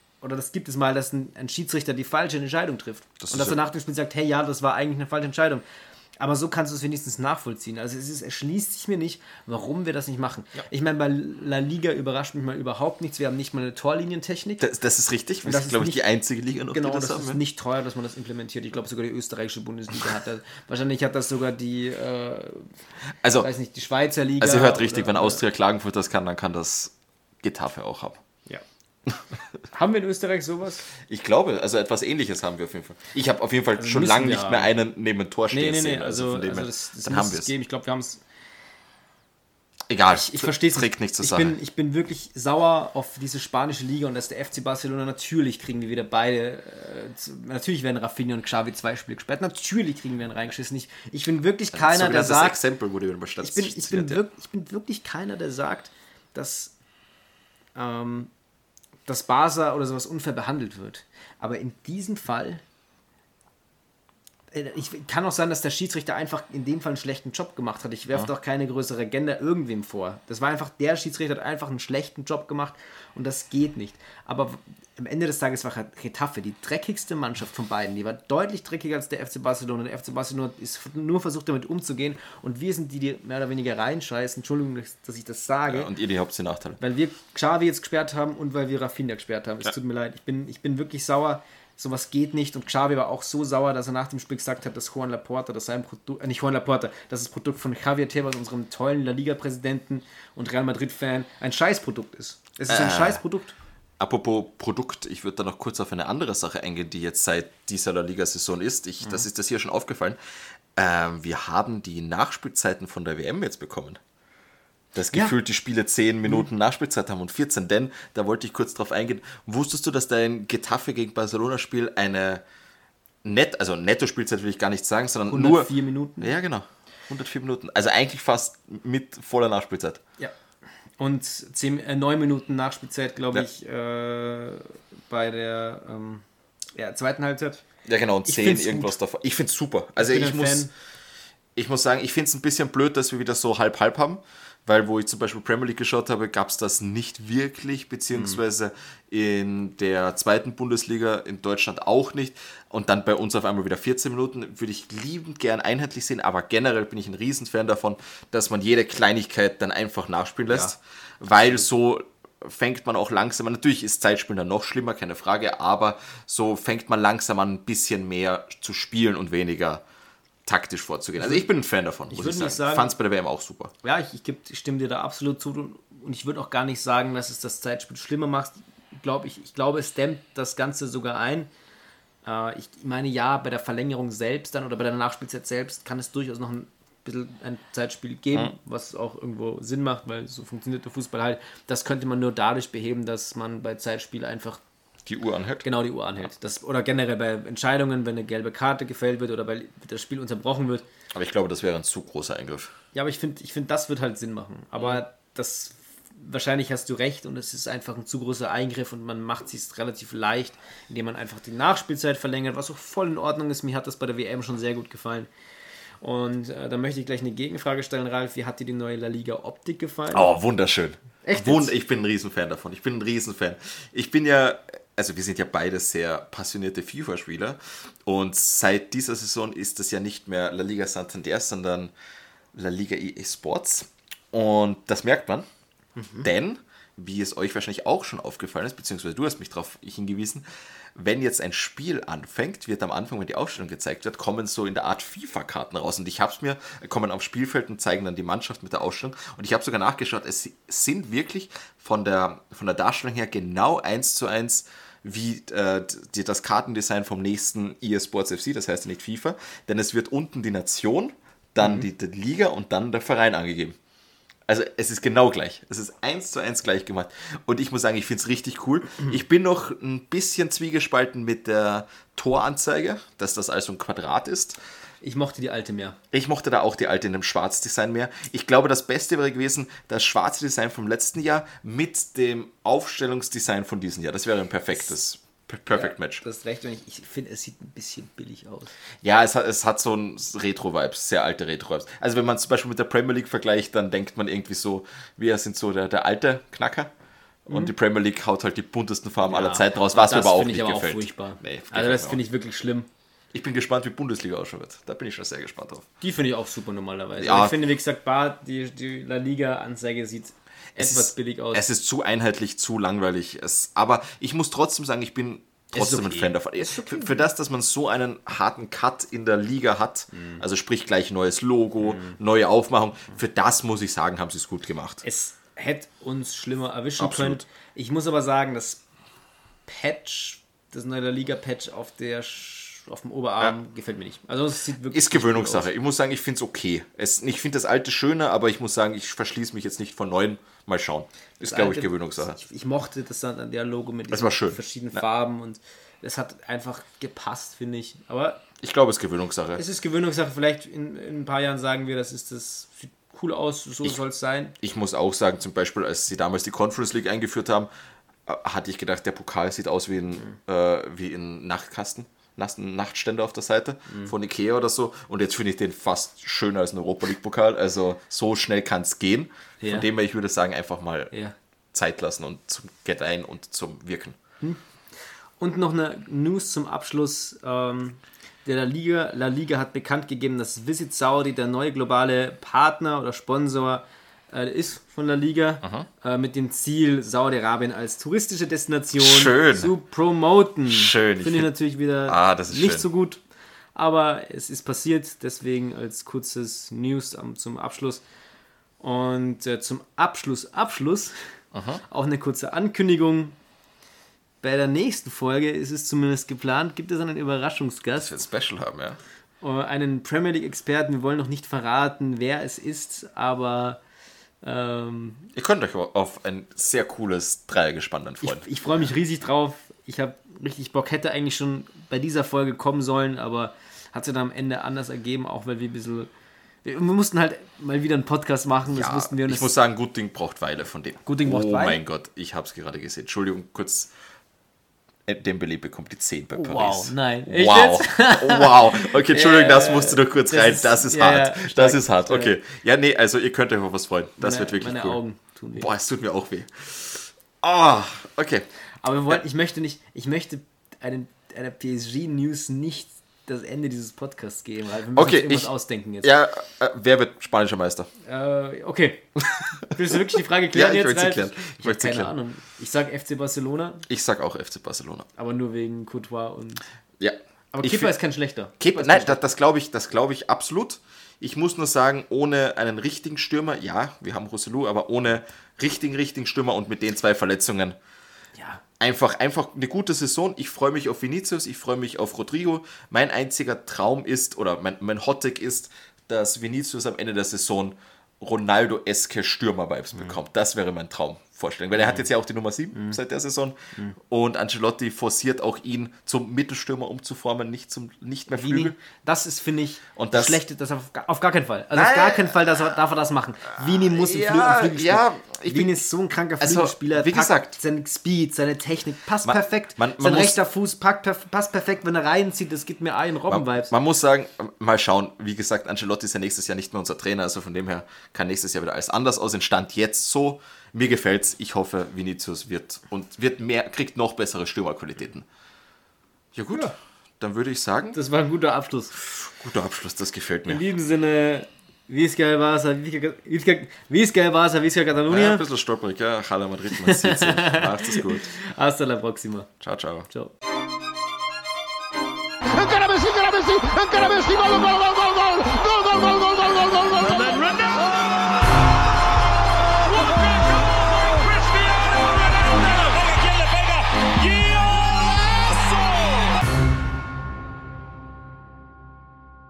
ein Schiedsrichter die falsche Entscheidung trifft. Und dass er nach dem Spiel sagt, hey, ja, das war eigentlich eine falsche Entscheidung. Aber so kannst du es wenigstens nachvollziehen. Also es erschließt sich mir nicht, warum wir das nicht machen. Ja. Ich meine, bei La Liga überrascht mich mal überhaupt nichts. Wir haben nicht mal eine Torlinientechnik. Das ist richtig. Wir sind, glaube ich, die einzige Liga noch, die das haben. Genau, das ist nicht teuer, dass man das implementiert. Ich glaube, sogar die österreichische Bundesliga hat das. Wahrscheinlich hat das sogar die die Schweizer Liga. Also ihr hört richtig, wenn Austria Klagenfurt das kann, dann kann das Getafe auch haben. Ja. Haben wir in Österreich sowas? Ich glaube, also etwas Ähnliches haben wir auf jeden Fall. Ich habe auf jeden Fall schon lange nicht mehr einen neben dem Tor stehen sehen. Also das dann haben wir es. Ich glaube, wir haben es. Egal, ich verstehe es nicht zur Sache. Ich bin wirklich sauer auf diese spanische Liga und dass der FC Barcelona, natürlich kriegen wir wieder beide, natürlich werden Rafinha und Xavi 2 Spiele gesperrt, natürlich kriegen wir einen reingeschissen. Ich bin wirklich keiner, der sagt, Exempel wurde über ich bin wirklich keiner, der sagt, dass Barca oder sowas unfair behandelt wird. Aber in diesem Fall, kann auch sein, dass der Schiedsrichter einfach in dem Fall einen schlechten Job gemacht hat. Ich werfe doch keine größere Agenda irgendwem vor. Das war einfach, der Schiedsrichter hat einfach einen schlechten Job gemacht und das geht nicht. Aber am Ende des Tages war Getafe die dreckigste Mannschaft von beiden. Die war deutlich dreckiger als der FC Barcelona. Der FC Barcelona ist nur versucht, damit umzugehen und wir sind die mehr oder weniger reinscheißen. Entschuldigung, dass ich das sage. Ja, und ihr die Hauptnachteile. Weil wir Xavi jetzt gesperrt haben und weil wir Rafinha gesperrt haben. Es tut mir leid. Ich bin wirklich sauer. Sowas geht nicht und Xavi war auch so sauer, dass er nach dem Spiel gesagt hat, dass Juan Laporta, dass das Produkt von Javier Tebas, unserem tollen La Liga-Präsidenten und Real Madrid-Fan, ein Scheißprodukt ist. Es ist ein Scheißprodukt. Apropos Produkt, ich würde da noch kurz auf eine andere Sache eingehen, die jetzt seit dieser La Liga-Saison ist. Das ist das hier schon aufgefallen. Wir haben die Nachspielzeiten von der WM jetzt bekommen. Das gefühlt die Spiele 10 Minuten Nachspielzeit haben und 14, denn, da wollte ich kurz drauf eingehen, wusstest du, dass dein Getafe gegen Barcelona-Spiel eine Netto-Spielzeit will ich gar nicht sagen, sondern 104 Minuten? Ja, genau, 104 Minuten, also eigentlich fast mit voller Nachspielzeit. Ja, und 9 Minuten Nachspielzeit, glaube ich, bei der zweiten Halbzeit. Ja, genau, und 10 irgendwas davor. Ich finde es super. Also ich muss sagen, ich finde es ein bisschen blöd, dass wir wieder so halb-halb haben. Weil, wo ich zum Beispiel Premier League geschaut habe, gab es das nicht wirklich, beziehungsweise in der zweiten Bundesliga in Deutschland auch nicht. Und dann bei uns auf einmal wieder 14 Minuten. Würde ich liebend gern einheitlich sehen, aber generell bin ich ein Riesenfan davon, dass man jede Kleinigkeit dann einfach nachspielen lässt. Ja. Weil so fängt man auch langsam an, natürlich ist Zeitspielen dann noch schlimmer, keine Frage, aber so fängt man langsam an, ein bisschen mehr zu spielen und weniger taktisch vorzugehen. Also ich bin ein Fan davon, muss ich sagen. Fand es bei der WM auch super. Ja, ich stimme dir da absolut zu und ich würde auch gar nicht sagen, dass es das Zeitspiel schlimmer macht. Ich glaube, es dämmt das Ganze sogar ein. Ich meine, ja, bei der Verlängerung selbst dann oder bei der Nachspielzeit selbst kann es durchaus noch bisschen ein Zeitspiel geben, was auch irgendwo Sinn macht, weil so funktioniert der Fußball halt. Das könnte man nur dadurch beheben, dass man bei Zeitspiel einfach Die Uhr anhält. genau die Uhr anhält. Oder generell bei Entscheidungen, wenn eine gelbe Karte gefällt wird oder weil das Spiel unterbrochen wird. Aber ich glaube, das wäre ein zu großer Eingriff. Ja, aber ich finde, das wird halt Sinn machen. Aber wahrscheinlich hast du recht und es ist einfach ein zu großer Eingriff und man macht es sich relativ leicht, indem man einfach die Nachspielzeit verlängert, was auch voll in Ordnung ist. Mir hat das bei der WM schon sehr gut gefallen. Und da möchte ich gleich eine Gegenfrage stellen, Ralf. Wie hat dir die neue La Liga Optik gefallen? Oh, wunderschön. Echt? Ich bin ein Riesenfan davon. Ich bin ein Riesenfan. Wir sind ja beide sehr passionierte FIFA-Spieler und seit dieser Saison ist das ja nicht mehr La Liga Santander, sondern La Liga EA Sports und das merkt man, denn, wie es euch wahrscheinlich auch schon aufgefallen ist, beziehungsweise du hast mich darauf hingewiesen, wenn jetzt ein Spiel anfängt, wird am Anfang, wenn die Aufstellung gezeigt wird, kommen so in der Art FIFA-Karten raus. Und kommen aufs Spielfeld und zeigen dann die Mannschaft mit der Ausstellung. Und ich habe sogar nachgeschaut, es sind wirklich von der Darstellung her genau 1:1 wie das Kartendesign vom nächsten EA Sports FC, das heißt ja nicht FIFA, denn es wird unten die Nation, dann die Liga und dann der Verein angegeben. Also es ist genau gleich. Es ist 1:1 gleich gemacht. Und ich muss sagen, ich finde es richtig cool. Ich bin noch ein bisschen zwiegespalten mit der Toranzeige, dass das also ein Quadrat ist. Ich mochte die alte mehr. Ich mochte da auch die alte in dem Schwarzdesign mehr. Ich glaube, das Beste wäre gewesen, das schwarze Design vom letzten Jahr mit dem Aufstellungsdesign von diesem Jahr. Das wäre ein perfektes Perfect Match. Du hast recht, und ich finde, es sieht ein bisschen billig aus. Ja, es hat so ein Retro-Vibes, sehr alte Retro-Vibes. Also wenn man es zum Beispiel mit der Premier League vergleicht, dann denkt man irgendwie so, wir sind so der alte Knacker und die Premier League haut halt die buntesten Farben aller Zeiten raus, was mir aber auch nicht gefällt. Das finde ich aber auch furchtbar. Also das finde ich wirklich schlimm. Ich bin gespannt, wie Bundesliga ausschauen wird. Da bin ich schon sehr gespannt drauf. Die finde ich auch super normalerweise. Ja. Aber ich finde, wie gesagt, die La Liga-Anzeige sieht etwas billig aus. Es ist zu einheitlich, zu langweilig. Aber ich muss trotzdem sagen, ich bin trotzdem ein Fan davon. Für das, dass man so einen harten Cut in der Liga hat, also sprich gleich neues Logo, neue Aufmachung, für das muss ich sagen, haben sie es gut gemacht. Es hätte uns schlimmer erwischen können. Ich muss aber sagen, das neue La Liga-Patch auf dem Oberarm gefällt mir nicht. Also es sieht wirklich ist Gewöhnungssache. Ich muss sagen, ich finde es okay. Ich finde das alte schöner, aber ich muss sagen, ich verschließe mich jetzt nicht von neuen. Mal schauen. Ist, glaube ich, Gewöhnungssache. Ich mochte das dann an der Logo mit diesen verschiedenen Farben und es hat einfach gepasst, finde ich. Aber ich glaube, es ist Gewöhnungssache. Es ist Gewöhnungssache. Vielleicht in ein paar Jahren sagen wir, das sieht cool aus, so soll es sein. Ich muss auch sagen, zum Beispiel, als sie damals die Conference League eingeführt haben, hatte ich gedacht, der Pokal sieht aus wie ein Nachtkasten. Nachtständer auf der Seite von Ikea oder so. Und jetzt finde ich den fast schöner als ein Europa-League-Pokal. Also so schnell kann es gehen. Ja. Von dem her, ich würde sagen, einfach mal Zeit lassen und zum Get-Ein und zum Wirken. Und noch eine News zum Abschluss. Der La Liga hat bekannt gegeben, dass Visit Saudi der neue globale Partner oder Sponsor ist von La Liga, mit dem Ziel, Saudi-Arabien als touristische Destination zu promoten. Schön. Finde ich natürlich wieder nicht schön. So gut, aber es ist passiert, deswegen als kurzes News zum Abschluss. Und zum Abschluss auch eine kurze Ankündigung. Bei der nächsten Folge ist es zumindest geplant, gibt es einen Überraschungsgast. Das wird Special haben, ja. Einen Premier League-Experten. Wir wollen noch nicht verraten, wer es ist, aber ihr könnt euch auf ein sehr cooles Dreiergespann dann freuen. Ich freue mich riesig drauf. Ich habe richtig Bock. Hätte eigentlich schon bei dieser Folge kommen sollen, aber hat sich dann am Ende anders ergeben, auch weil wir ein bisschen... Wir mussten halt mal wieder einen Podcast machen. Das wussten wir. Ich muss sagen, gut Ding braucht Weile von dem. Gut Ding braucht Weile? Oh mein Gott, ich habe es gerade gesehen. Entschuldigung, kurz... Dembele bekommt die 10 bei Paris. Wow, nein. Echt wow. Okay, Entschuldigung, das musst du doch kurz rein. Das ist hart. Das ist hart. Okay. Ja, nee, also ihr könnt euch auf was freuen. Das wird wirklich meine cool. Augen tun weh. Boah, es tut mir auch weh. Okay. Aber ich möchte einer PSG-News nicht das Ende dieses Podcasts geben, weil wir müssen uns irgendwas ausdenken jetzt. Ja, wer wird spanischer Meister? Okay. Willst du wirklich die Frage klären jetzt? Ich möchte sie klären. Ich habe keine Ahnung. Ich sag FC Barcelona. Ich sag auch FC Barcelona. Aber nur wegen Courtois und... Ja. Aber Kepa ist kein schlechter. Nein, das glaube ich absolut. Ich muss nur sagen, ohne einen richtigen Stürmer, ja, wir haben Rosselló, aber ohne richtigen Stürmer und mit den 2 Verletzungen... Ja. Einfach eine gute Saison. Ich freue mich auf Vinicius, ich freue mich auf Rodrigo. Mein einziger Traum ist, oder mein Hottake ist, dass Vinicius am Ende der Saison Ronaldo-eske Stürmer-Vibes bekommt. Das wäre mein Traumvorstellung. Weil er hat jetzt ja auch die Nummer 7 seit der Saison und Ancelotti forciert auch ihn zum Mittelstürmer umzuformen, nicht mehr Flügel. Das ist, finde ich, Und das- schlecht. Das auf gar keinen Fall. Also auf gar keinen Fall darf er das machen. Vini muss im Flügel spielen. Vini ist so ein kranker Flügelspieler. wie gesagt, sein Speed, seine Technik passt perfekt. man Sein muss- rechter Fuß passt perfekt, wenn er reinzieht. Das gibt mir einen Robben-Vibes. Man muss sagen, mal schauen, wie gesagt, Ancelotti ist ja nächstes Jahr nicht mehr unser Trainer, also von dem her kann nächstes Jahr wieder alles anders aussehen. Stand jetzt so. Mir gefällt's. Ich hoffe, Vinicius kriegt noch bessere Stürmerqualitäten. Ja gut, dann würde ich sagen, Das war ein guter Abschluss. guter Abschluss, das gefällt In mir. diesem Sinne, Visca Barça, Visca Ja, Catalunya. ein bisschen stolperig, ja. Hala Madrid, man sieht sich. Macht es gut. Hasta la próxima. Ciao, ciao. Ciao. Encara Messi, gol, gol, gol, gol, gol, gol, gol, gol, gol, gol, gol, gol, gol.